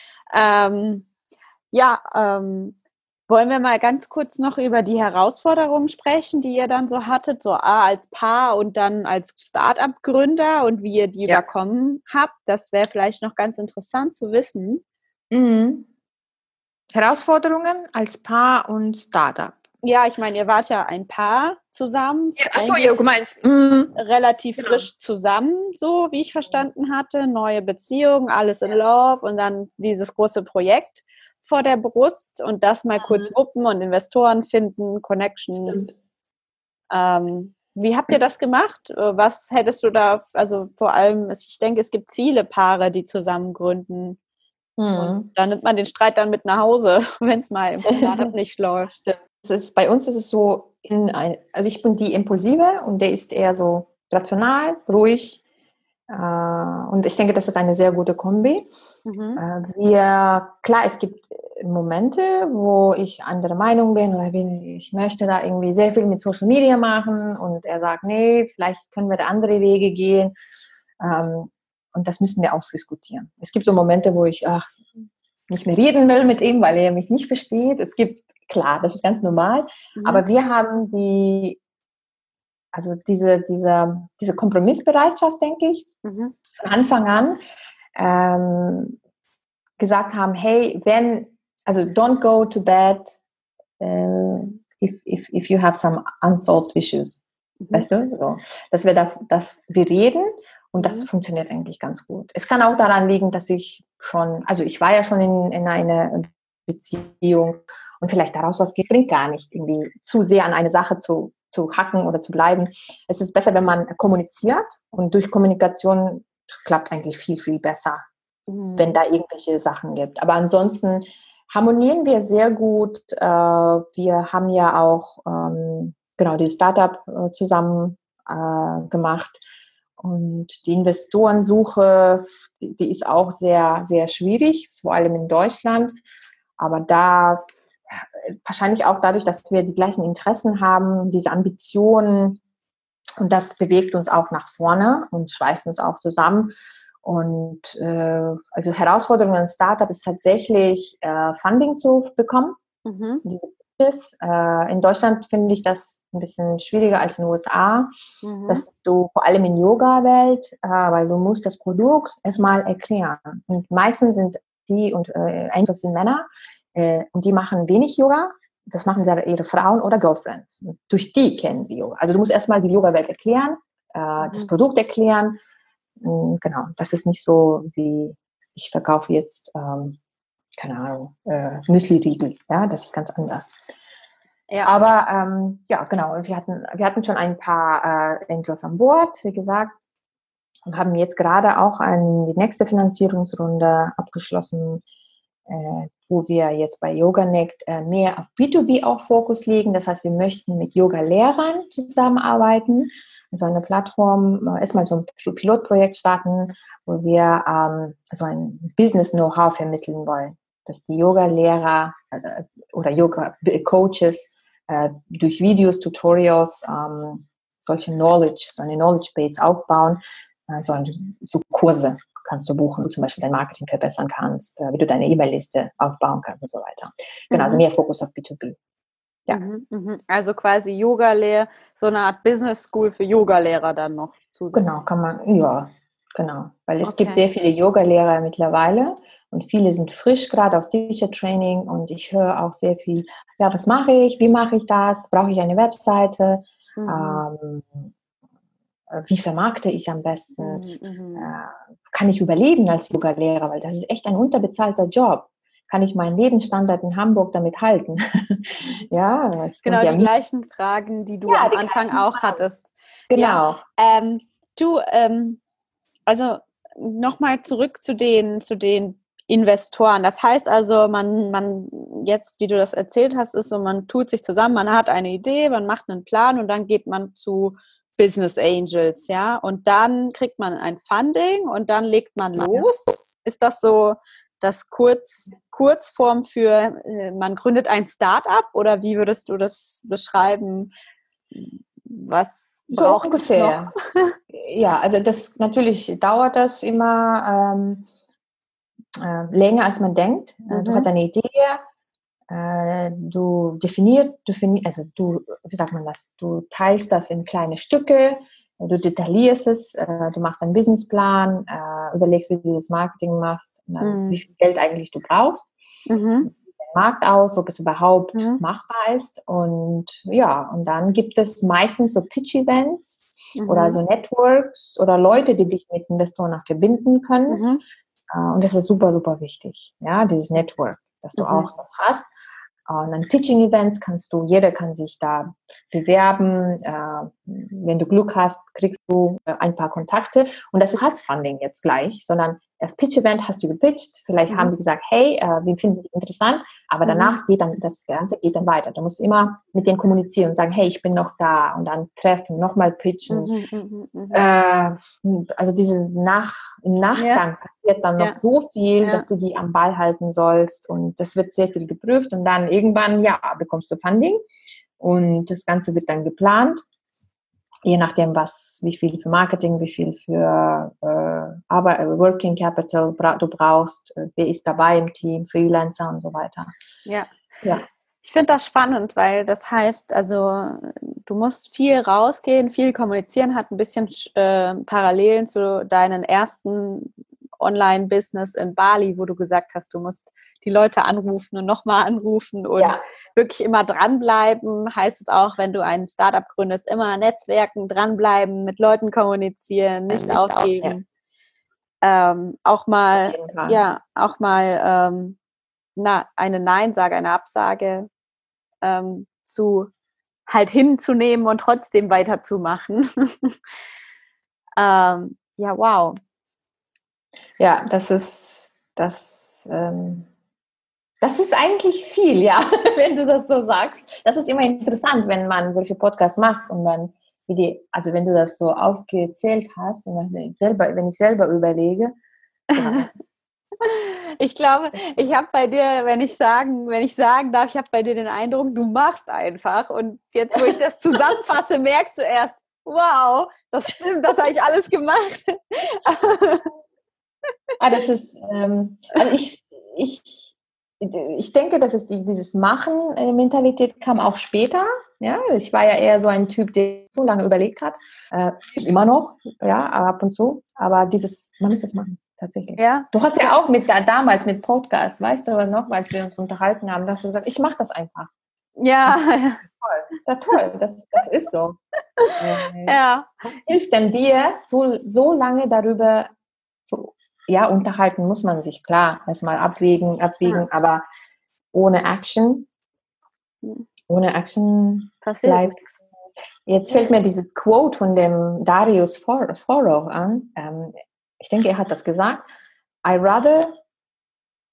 Ähm, ja, ähm, wollen wir mal ganz kurz noch über die Herausforderungen sprechen, die ihr dann so hattet, so A, als Paar und dann als Start-up-Gründer und wie ihr die ja. überkommen habt? Das wäre vielleicht noch ganz interessant zu wissen. Mhm. Herausforderungen als Paar und Start-up. Ja, ich meine, ihr wart ja ein Paar zusammen. Ja, achso, ihr meinst. Mm, relativ genau. frisch zusammen, so wie ich verstanden hatte. Neue Beziehung, alles in Love und dann dieses große Projekt vor der Brust und das mal mhm. kurz wuppen und Investoren finden, Connections. Ähm, wie habt ihr das gemacht? Was hättest du da, also vor allem, ich denke, es gibt viele Paare, die zusammen gründen. Mhm. Und da nimmt man den Streit dann mit nach Hause, wenn es mal im Startup nicht läuft. Stimmt. Es ist, bei uns ist es so, in ein, also ich bin die Impulsive und der ist eher so rational, ruhig. Äh, und ich denke, das ist eine sehr gute Kombi. Mhm. Äh, wir, klar, es gibt Momente, wo ich andere Meinung bin oder bin, ich möchte da irgendwie sehr viel mit Social Media machen und er sagt, nee, vielleicht können wir da andere Wege gehen. Ähm, und das müssen wir ausdiskutieren. Es gibt so Momente, wo ich ach, nicht mehr reden will mit ihm, weil er mich nicht versteht. Es gibt Klar, das ist ganz normal. Mhm. Aber wir haben die, also diese, diese, diese Kompromissbereitschaft, denke ich, mhm. von Anfang an ähm, gesagt haben, hey, wenn, also don't go to bed uh, if, if, if you have some unsolved issues. Mhm. Weißt du? So. Dass wir da, dass wir reden und das mhm. funktioniert eigentlich ganz gut. Es kann auch daran liegen, dass ich schon, also ich war ja schon in, in einer Beziehung und vielleicht daraus was geht, bringt gar nicht, irgendwie zu sehr an eine Sache zu, zu hacken oder zu bleiben. Es ist besser, wenn man kommuniziert und durch Kommunikation klappt eigentlich viel, viel besser, mhm. wenn da irgendwelche Sachen gibt. Aber ansonsten harmonieren wir sehr gut. Äh, wir haben ja auch ähm, genau die Startup äh, zusammen äh, gemacht und die Investorensuche, die, die ist auch sehr, sehr schwierig, vor allem in Deutschland. Aber da wahrscheinlich auch dadurch, dass wir die gleichen Interessen haben, diese Ambitionen und das bewegt uns auch nach vorne und schweißt uns auch zusammen. Und äh, also Herausforderung an Startup ist tatsächlich äh, Funding zu bekommen. Mhm. Äh, in Deutschland finde ich das ein bisschen schwieriger als in den U S A, mhm. dass du vor allem in Yoga-Welt, äh, weil du musst das Produkt erstmal erklären. Und meistens sind die und äh, eigentlich sind Männer äh, und die machen wenig Yoga. Das machen ihre Frauen oder Girlfriends. Und durch die kennen sie Yoga. Also du musst erstmal die Yoga-Welt erklären, äh, mhm. das Produkt erklären. Und genau, das ist nicht so wie ich verkaufe jetzt ähm, keine Ahnung, äh, Müsli-Riegel, ja, das ist ganz anders. Ja. Aber ähm, ja, genau, wir hatten, wir hatten schon ein paar äh, Angels an Bord, wie gesagt, und haben jetzt gerade auch ein, die nächste Finanzierungsrunde abgeschlossen äh, wo wir jetzt bei YogaNect äh, mehr auf B zwei B auch Fokus legen. Das heißt, wir möchten mit Yoga-Lehrern zusammenarbeiten, so eine Plattform, äh, erstmal so ein Pilotprojekt starten, wo wir ähm, so ein Business-Know-how vermitteln wollen, dass die Yoga-Lehrer äh, oder Yoga-Coaches äh, durch Videos, Tutorials ähm, solche Knowledge, so eine Knowledge-Base aufbauen, äh, so, so Kurse kannst du buchen, wie du zum Beispiel dein Marketing verbessern kannst, äh, wie du deine E-Mail-Liste aufbauen kannst und so weiter. Genau, mhm. also mehr Fokus auf B zwei B. Ja. Mhm, mh. Also quasi Yoga-Lehr, so eine Art Business School für Yoga-Lehrer dann noch zusätzlich. Genau, kann man, ja, genau. Weil es okay. gibt sehr viele Yoga-Lehrer mittlerweile und viele sind frisch gerade aus Teacher-Training und ich höre auch sehr viel, ja, was mache ich, wie mache ich das, brauche ich eine Webseite, mhm. ähm, wie vermarkte ich am besten, mhm. äh, kann ich überleben als Yoga-Lehrer, weil das ist echt ein unterbezahlter Job. Kann ich meinen Lebensstandard in Hamburg damit halten? Ja, es genau, die ja gleichen Fragen, die du ja, am Anfang auch Fragen. hattest. Genau. Ja, ähm, du, ähm, also nochmal zurück zu den, zu den Investoren. Das heißt also, man, man jetzt, wie du das erzählt hast, ist so, man tut sich zusammen, man hat eine Idee, man macht einen Plan und dann geht man zu Business Angels, ja, und dann kriegt man ein Funding und dann legt man los. Ja. Ist das so das Kurz, Kurzform für, äh, man gründet ein Start-up oder wie würdest du das beschreiben? Was braucht so ungefähr. Es noch? Ja, also das natürlich dauert das immer ähm, äh, länger als man denkt. Mhm. Du hast eine Idee, äh, du definierst, defini- also du, wie sagt man das? Du teilst das in kleine Stücke. Du detaillierst es, äh, du machst einen Businessplan, äh, überlegst, wie du das Marketing machst, äh, mhm. wie viel Geld eigentlich du brauchst, mhm. wie der Markt aus, ob es überhaupt mhm. machbar ist. Und ja, und dann gibt es meistens so Pitch-Events mhm. oder so Networks oder Leute, die dich mit Investoren auch verbinden können. Mhm. Äh, und das ist super, super wichtig, ja, dieses Network, dass du mhm. auch das hast. Und dann Pitching-Events kannst du, jeder kann sich da bewerben. Äh, wenn du Glück hast, kriegst du äh, ein paar Kontakte. Und das heißt Funding jetzt gleich, sondern das Pitch-Event hast du gepitcht. Vielleicht mhm. haben sie gesagt, hey, äh, wir finden dich interessant. Aber danach mhm. geht dann, das Ganze geht dann weiter. Du musst immer mit denen kommunizieren und sagen, hey, ich bin noch da. Und dann treffen, nochmal pitchen. Mhm, mh, mh. Äh, also diese nach, im Nachgang ja. passiert dann noch ja. so viel, ja. dass du die am Ball halten sollst. Und das wird sehr viel geprüft. Und dann irgendwann, ja, bekommst du Funding. Und das Ganze wird dann geplant. Je nachdem, was, wie viel für Marketing, wie viel für äh, aber, äh, Working Capital bra- du brauchst, äh, wer ist dabei im Team, Freelancer und so weiter. Ja, ja. Ich finde das spannend, weil das heißt, also du musst viel rausgehen, viel kommunizieren, hat ein bisschen äh, Parallelen zu deinen ersten Online-Business in Bali, wo du gesagt hast, du musst die Leute anrufen und nochmal anrufen und ja. wirklich immer dranbleiben. Heißt es auch, wenn du ein Startup gründest, immer netzwerken, dranbleiben, mit Leuten kommunizieren, nicht, nicht aufgeben. Ja. Ähm, auch mal, ja, auch mal ähm, na, eine Nein-Sage, eine Absage ähm, zu halt hinzunehmen und trotzdem weiterzumachen. ähm, ja, wow. Ja, das ist, das, ähm, das ist eigentlich viel, ja, wenn du das so sagst. Das ist immer interessant, wenn man solche Podcasts macht und dann, wie die, also wenn du das so aufgezählt hast und dann selber, wenn ich selber überlege. Ja, ich glaube, ich habe bei dir, wenn ich sagen, wenn ich sagen darf, ich habe bei dir den Eindruck, du machst einfach und jetzt, wo ich das zusammenfasse, merkst du erst, wow, das stimmt, das habe ich alles gemacht. Ah, das ist, ähm, also ich, ich, ich denke, dass es die, dieses Machen-Mentalität kam auch später. Ja, ich war ja eher so ein Typ, der so lange überlegt hat. Äh, immer noch, ja, ab und zu. Aber dieses, man muss das machen, tatsächlich. Ja. Du hast ja auch mit damals mit Podcast, weißt du noch, als wir uns unterhalten haben, dass du gesagt, ich mache das einfach. Ja. Toll. Ja, toll, das, das ist so. Äh, ja. Was hilft denn dir, so, so lange darüber zu ja, unterhalten muss man sich, klar, erstmal abwägen, abwägen, ja. aber ohne Action, ohne Action bleibt. Jetzt fällt mir dieses Quote von dem Darius Foro an. Ähm, ich denke, er hat das gesagt. I rather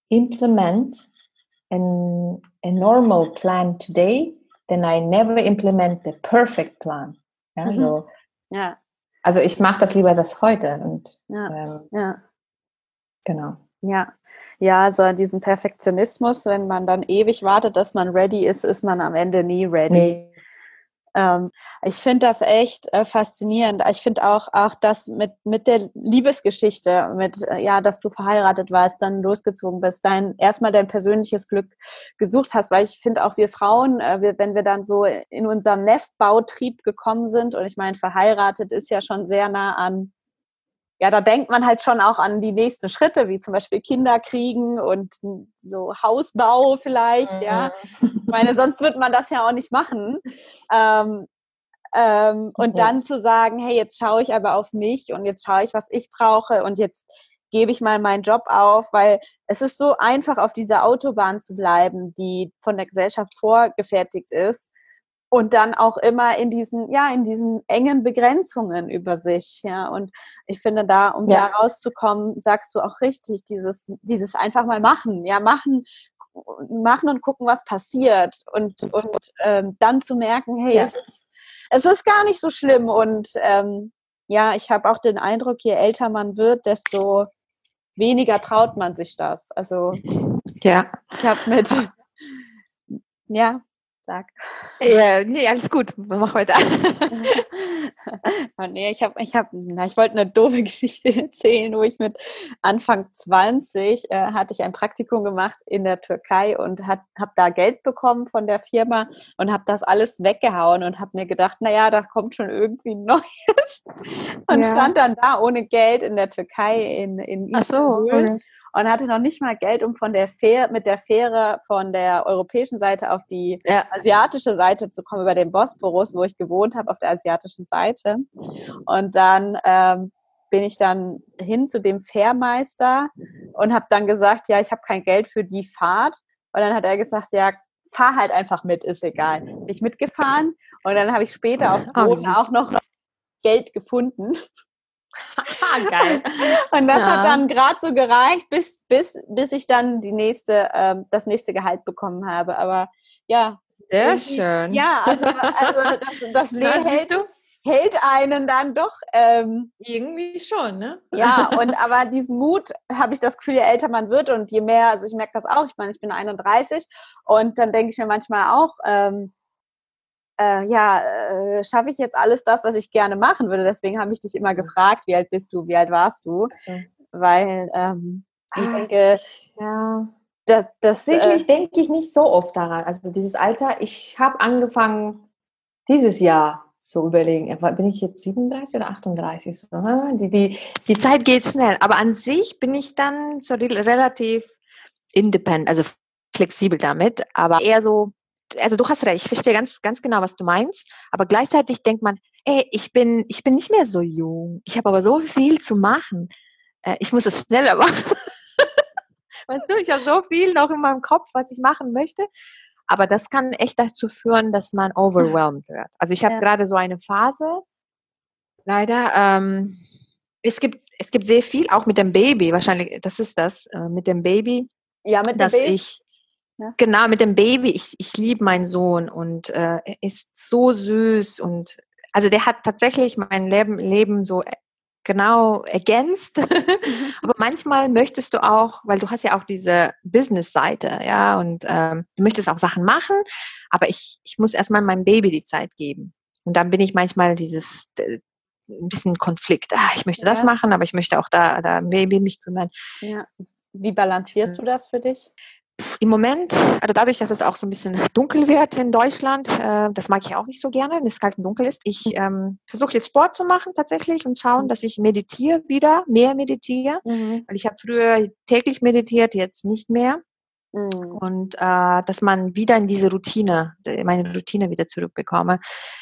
implement an, a normal plan today, then I never implement the perfect plan. Ja, mhm. so. Ja. Also ich mache das lieber das heute. Und, ja. Ähm, ja. Genau. Ja, ja, also diesen Perfektionismus, wenn man dann ewig wartet, dass man ready ist, ist man am Ende nie ready. Nee. Ähm, ich finde das echt äh, faszinierend. Ich finde auch, auch das mit, mit der Liebesgeschichte, mit, äh, ja, dass du verheiratet warst, dann losgezogen bist, dein, erstmal dein persönliches Glück gesucht hast, weil ich finde auch wir Frauen, äh, wir, wenn wir dann so in unserem Nestbautrieb gekommen sind, und ich meine, verheiratet ist ja schon sehr nah an, ja, da denkt man halt schon auch an die nächsten Schritte, wie zum Beispiel Kinder kriegen und so Hausbau vielleicht, mhm. ja. Ich meine, sonst würde man das ja auch nicht machen. Ähm, ähm, und ja. dann zu sagen, hey, jetzt schaue ich aber auf mich und jetzt schaue ich, was ich brauche und jetzt gebe ich mal meinen Job auf, weil es ist so einfach, auf dieser Autobahn zu bleiben, die von der Gesellschaft vorgefertigt ist. Und dann auch immer in diesen, ja, in diesen engen Begrenzungen über sich, ja. Und ich finde da, um ja. da rauszukommen, sagst du auch richtig, dieses, dieses einfach mal machen, ja, machen, machen und gucken, was passiert. Und, und ähm, dann zu merken, hey, ja. es ist, es ist gar nicht so schlimm. Und ähm, ja, ich habe auch den Eindruck, je älter man wird, desto weniger traut man sich das. Also ja. ich habe mit, ja, sag. Ja, nee, alles gut. Mach weiter. nee, ich habe, ich habe, na, ich wollte eine doofe Geschichte erzählen, wo ich mit Anfang zwanzig äh, hatte ich ein Praktikum gemacht in der Türkei und habe da Geld bekommen von der Firma und habe das alles weggehauen und habe mir gedacht, naja, da kommt schon irgendwie ein Neues. Und ja. stand dann da ohne Geld in der Türkei in, in Istanbul. Ach so, okay. Und hatte noch nicht mal Geld, um von der Fähre, mit der Fähre von der europäischen Seite auf die ja. asiatische Seite zu kommen, über den Bosporus, wo ich gewohnt habe, auf der asiatischen Seite. Und dann ähm, bin ich dann hin zu dem Fährmeister und habe dann gesagt, ja, ich habe kein Geld für die Fahrt. Und dann hat er gesagt, ja, fahr halt einfach mit, ist egal. Bin ich mitgefahren und dann habe ich später auf dem Boden oh, auch noch Geld gefunden. Geil. Und das ja. hat dann gerade so gereicht, bis, bis, bis ich dann die nächste, ähm, das nächste Gehalt bekommen habe. Aber ja. Sehr schön. Ja, also, also das, das Leben hält, hält einen dann doch. Ähm, Irgendwie schon, ne? Ja, und aber diesen Mut habe ich das Gefühl, je älter man wird und je mehr, also ich merke das auch, ich meine, ich bin einunddreißig und dann denke ich mir manchmal auch, ähm, Äh, ja, äh, schaffe ich jetzt alles das, was ich gerne machen würde? Deswegen habe ich dich immer gefragt, wie alt bist du, wie alt warst du? Okay. Weil ähm, ich ah, denke, ja, das, das tatsächlich äh, denke ich nicht so oft daran. Also dieses Alter, ich habe angefangen dieses Jahr zu überlegen, bin ich jetzt siebenunddreißig oder achtunddreißig? So, die, die, die Zeit geht schnell, aber an sich bin ich dann so relativ independent, also flexibel damit, aber eher so, also du hast recht, ich verstehe ganz, ganz genau, was du meinst, aber gleichzeitig denkt man, ey, ich bin, ich bin nicht mehr so jung, ich habe aber so viel zu machen, äh, ich muss es schneller machen. Weißt du, ich habe so viel noch in meinem Kopf, was ich machen möchte, aber das kann echt dazu führen, dass man overwhelmed wird. Also ich habe ja. gerade so eine Phase, leider, ähm, es gibt, es gibt sehr viel, auch mit dem Baby, wahrscheinlich, das ist das, äh, mit dem Baby, ja, mit dem dass Baby. ich Ja. Genau, mit dem Baby. Ich, ich liebe meinen Sohn und äh, er ist so süß und also der hat tatsächlich mein Leben, Leben so genau ergänzt. Mhm. Aber manchmal möchtest du auch, weil du hast ja auch diese Business-Seite, ja, und ähm, du möchtest auch Sachen machen, aber ich, ich muss erstmal meinem Baby die Zeit geben. Und dann bin ich manchmal dieses äh, ein bisschen Konflikt. Ah, ich möchte ja. das machen, aber ich möchte auch da, da um Baby mich kümmern. Ja. Wie balancierst du das für dich? Im Moment, also dadurch, dass es auch so ein bisschen dunkel wird in Deutschland, äh, das mag ich auch nicht so gerne, wenn es kalt und dunkel ist. Ich ähm, versuche jetzt Sport zu machen tatsächlich und schauen, dass ich meditiere wieder, mehr meditiere. Mhm. Weil ich habe früher täglich meditiert, jetzt nicht mehr. Mhm. Und äh, dass man wieder in diese Routine, meine Routine wieder zurückbekomme.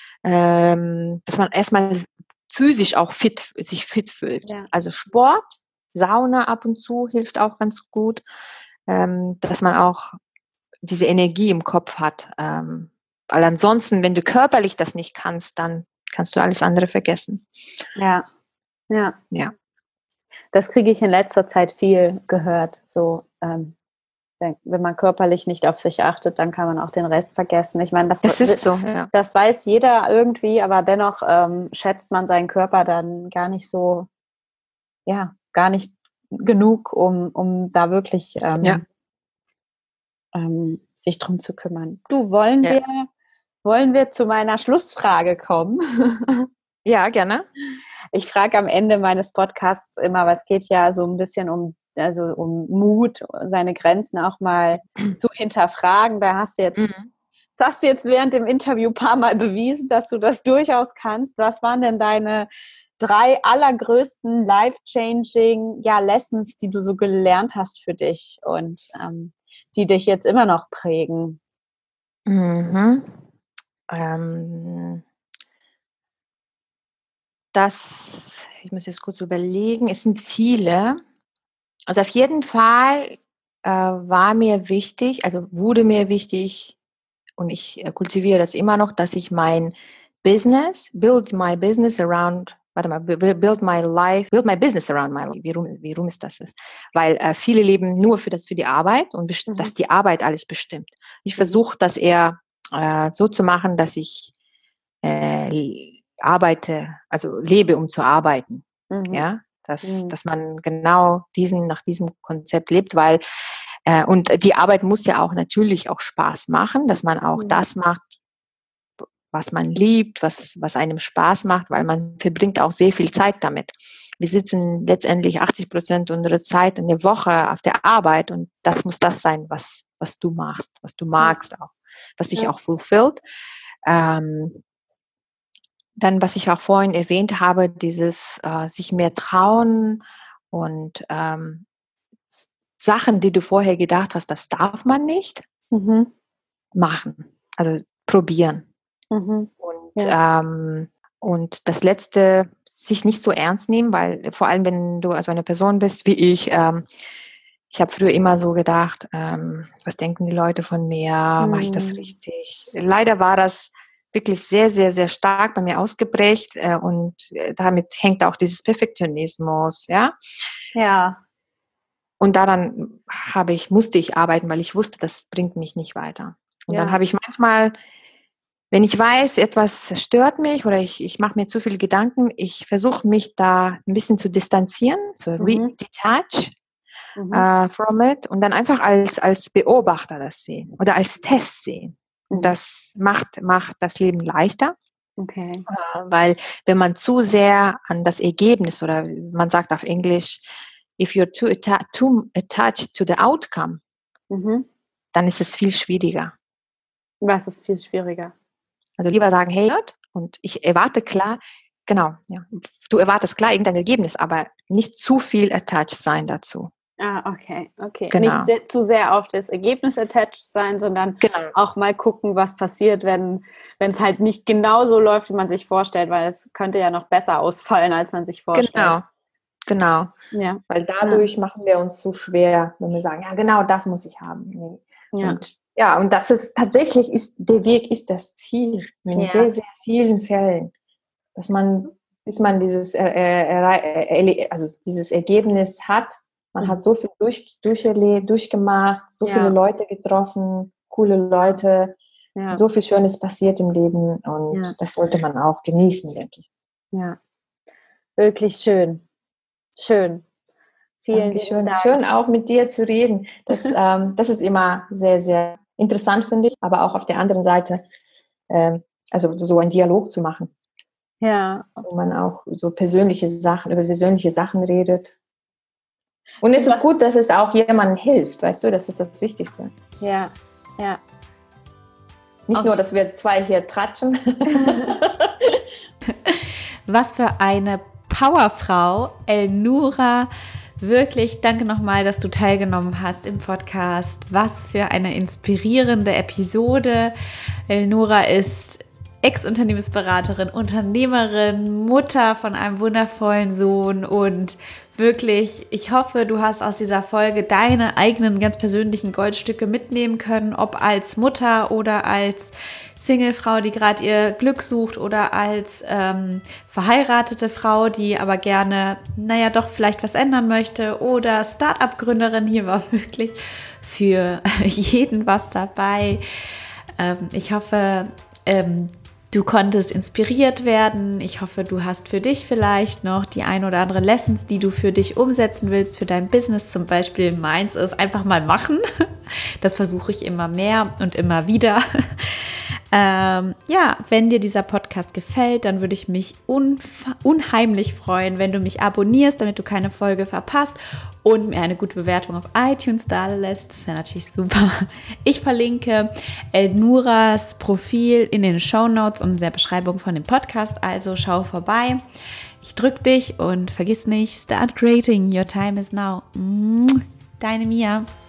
Ähm, dass man erstmal physisch auch fit, sich fit fühlt. Ja. Also Sport, Sauna ab und zu hilft auch ganz gut. Ähm, dass man auch diese Energie im Kopf hat. Ähm, weil ansonsten, wenn du körperlich das nicht kannst, dann kannst du alles andere vergessen. Ja, ja. Ja. Das kriege ich in letzter Zeit viel gehört. So, ähm, wenn man körperlich nicht auf sich achtet, dann kann man auch den Rest vergessen. Ich meine, das, das ist so, ja. Das weiß jeder irgendwie, aber dennoch ähm, schätzt man seinen Körper dann gar nicht so, ja, gar nicht genug, um, um da wirklich ähm, ja. ähm, sich drum zu kümmern. Du, wollen ja. wir wollen wir zu meiner Schlussfrage kommen? Ja, gerne. Ich frage am Ende meines Podcasts immer, was geht ja so ein bisschen um also um Mut, seine Grenzen auch mal zu hinterfragen. Da hast du jetzt, mhm. das hast du jetzt während dem Interview ein paar Mal bewiesen, dass du das durchaus kannst. Was waren denn deine drei allergrößten life-changing ja, Lessons, die du so gelernt hast für dich und ähm, die dich jetzt immer noch prägen? Mhm. Ähm, das, ich muss jetzt kurz überlegen, es sind viele. Also auf jeden Fall äh, war mir wichtig, also wurde mir wichtig und ich äh, kultiviere das immer noch, dass ich mein Business, build my business around, warte mal, build my life, build my business around my life. Wie rum, wie rum ist das? Weil äh, viele leben nur für das, für die Arbeit und best- mhm. dass die Arbeit alles bestimmt. Ich versuche das eher äh, so zu machen, dass ich äh, arbeite, also lebe, um zu arbeiten. Mhm. Ja. Dass, mhm. dass man genau diesen, nach diesem Konzept lebt, weil äh, und die Arbeit muss ja auch natürlich auch Spaß machen, dass man auch mhm. das macht, was man liebt, was, was einem Spaß macht, weil man verbringt auch sehr viel Zeit damit. Wir sitzen letztendlich achtzig Prozent unserer Zeit in der Woche auf der Arbeit und das muss das sein, was, was du machst, was du magst auch, was dich ja. auch fulfillt. Ähm, Dann, was ich auch vorhin erwähnt habe, dieses äh, sich mehr trauen und ähm, Sachen, die du vorher gedacht hast, das darf man nicht, mhm. machen. Also probieren. Mhm. Und, ja. ähm, und das Letzte, sich nicht so ernst nehmen, weil vor allem, wenn du also eine Person bist wie ich, ähm, ich habe früher immer so gedacht, ähm, was denken die Leute von mir, mhm. mache ich das richtig? Leider war das wirklich sehr, sehr, sehr stark bei mir ausgeprägt äh, und äh, damit hängt auch dieses Perfektionismus, ja. Ja. Und daran habe ich, musste ich arbeiten, weil ich wusste, das bringt mich nicht weiter. Und ja. dann habe ich manchmal, wenn ich weiß, etwas stört mich oder ich, ich mache mir zu viele Gedanken, ich versuche mich da ein bisschen zu distanzieren, so mhm. detach mhm. uh, from it und dann einfach als, als Beobachter das sehen oder als Test sehen. Und das macht, macht das Leben leichter. Okay. Weil wenn man zu sehr an das Ergebnis oder man sagt auf Englisch, if you're too, atta- too attached to the outcome, mhm. dann ist es viel schwieriger. Was ist viel schwieriger? Also lieber sagen, hey, und ich erwarte klar, genau, ja, du erwartest klar irgendein Ergebnis, aber nicht zu viel attached sein dazu. Ah, okay, okay. Genau. Nicht sehr, zu sehr auf das Ergebnis attached sein, sondern genau. auch mal gucken, was passiert, wenn wenn es halt nicht genau so läuft, wie man sich vorstellt, weil es könnte ja noch besser ausfallen, als man sich vorstellt. Genau, genau. Ja. Weil dadurch ja. machen wir uns zu schwer, wenn wir sagen, ja genau, das muss ich haben. Nee. Ja. Und ja, und das ist tatsächlich, ist der Weg ist das Ziel in ja. sehr, sehr vielen Fällen, dass man, bis man dieses, äh, äh, also dieses Ergebnis hat. Man hat so viel durch, durcherlebt, durchgemacht, so ja. viele Leute getroffen, coole Leute, ja. so viel Schönes passiert im Leben und ja. das sollte man auch genießen, denke ich. Ja, wirklich schön. Schön. Vielen, Dankeschön. vielen Dank. Schön auch mit dir zu reden. Das, ähm, das ist immer sehr, sehr interessant, finde ich, aber auch auf der anderen Seite, ähm, also so einen Dialog zu machen. Ja. Wo man auch so persönliche Sachen, über persönliche Sachen redet. Und es ist gut, dass es auch jemandem hilft, weißt du, das ist das Wichtigste. Ja, ja. Nicht auch nur, dass wir zwei hier tratschen. Was für eine Powerfrau, Elnura. Wirklich, danke nochmal, dass du teilgenommen hast im Podcast. Was für eine inspirierende Episode. Elnura ist Ex-Unternehmensberaterin, Unternehmerin, Mutter von einem wundervollen Sohn und wirklich, ich hoffe, du hast aus dieser Folge deine eigenen ganz persönlichen Goldstücke mitnehmen können, ob als Mutter oder als Singlefrau, die gerade ihr Glück sucht oder als ähm, verheiratete Frau, die aber gerne, naja, doch vielleicht was ändern möchte oder Start-up-Gründerin. Hier war wirklich für jeden was dabei. Ähm, ich hoffe, ähm, du konntest inspiriert werden. Ich hoffe, du hast für dich vielleicht noch die ein oder andere Lessons, die du für dich umsetzen willst, für dein Business. Zum Beispiel meins ist einfach mal machen. Das versuche ich immer mehr und immer wieder. Ähm, ja, wenn dir dieser Podcast gefällt, dann würde ich mich unf- unheimlich freuen, wenn du mich abonnierst, damit du keine Folge verpasst und mir eine gute Bewertung auf iTunes da lässt. Das wäre natürlich super. Ich verlinke Elnuras Profil in den Shownotes und in der Beschreibung von dem Podcast, also schau vorbei. Ich drücke dich und vergiss nicht, start creating, your time is now. Deine Mia.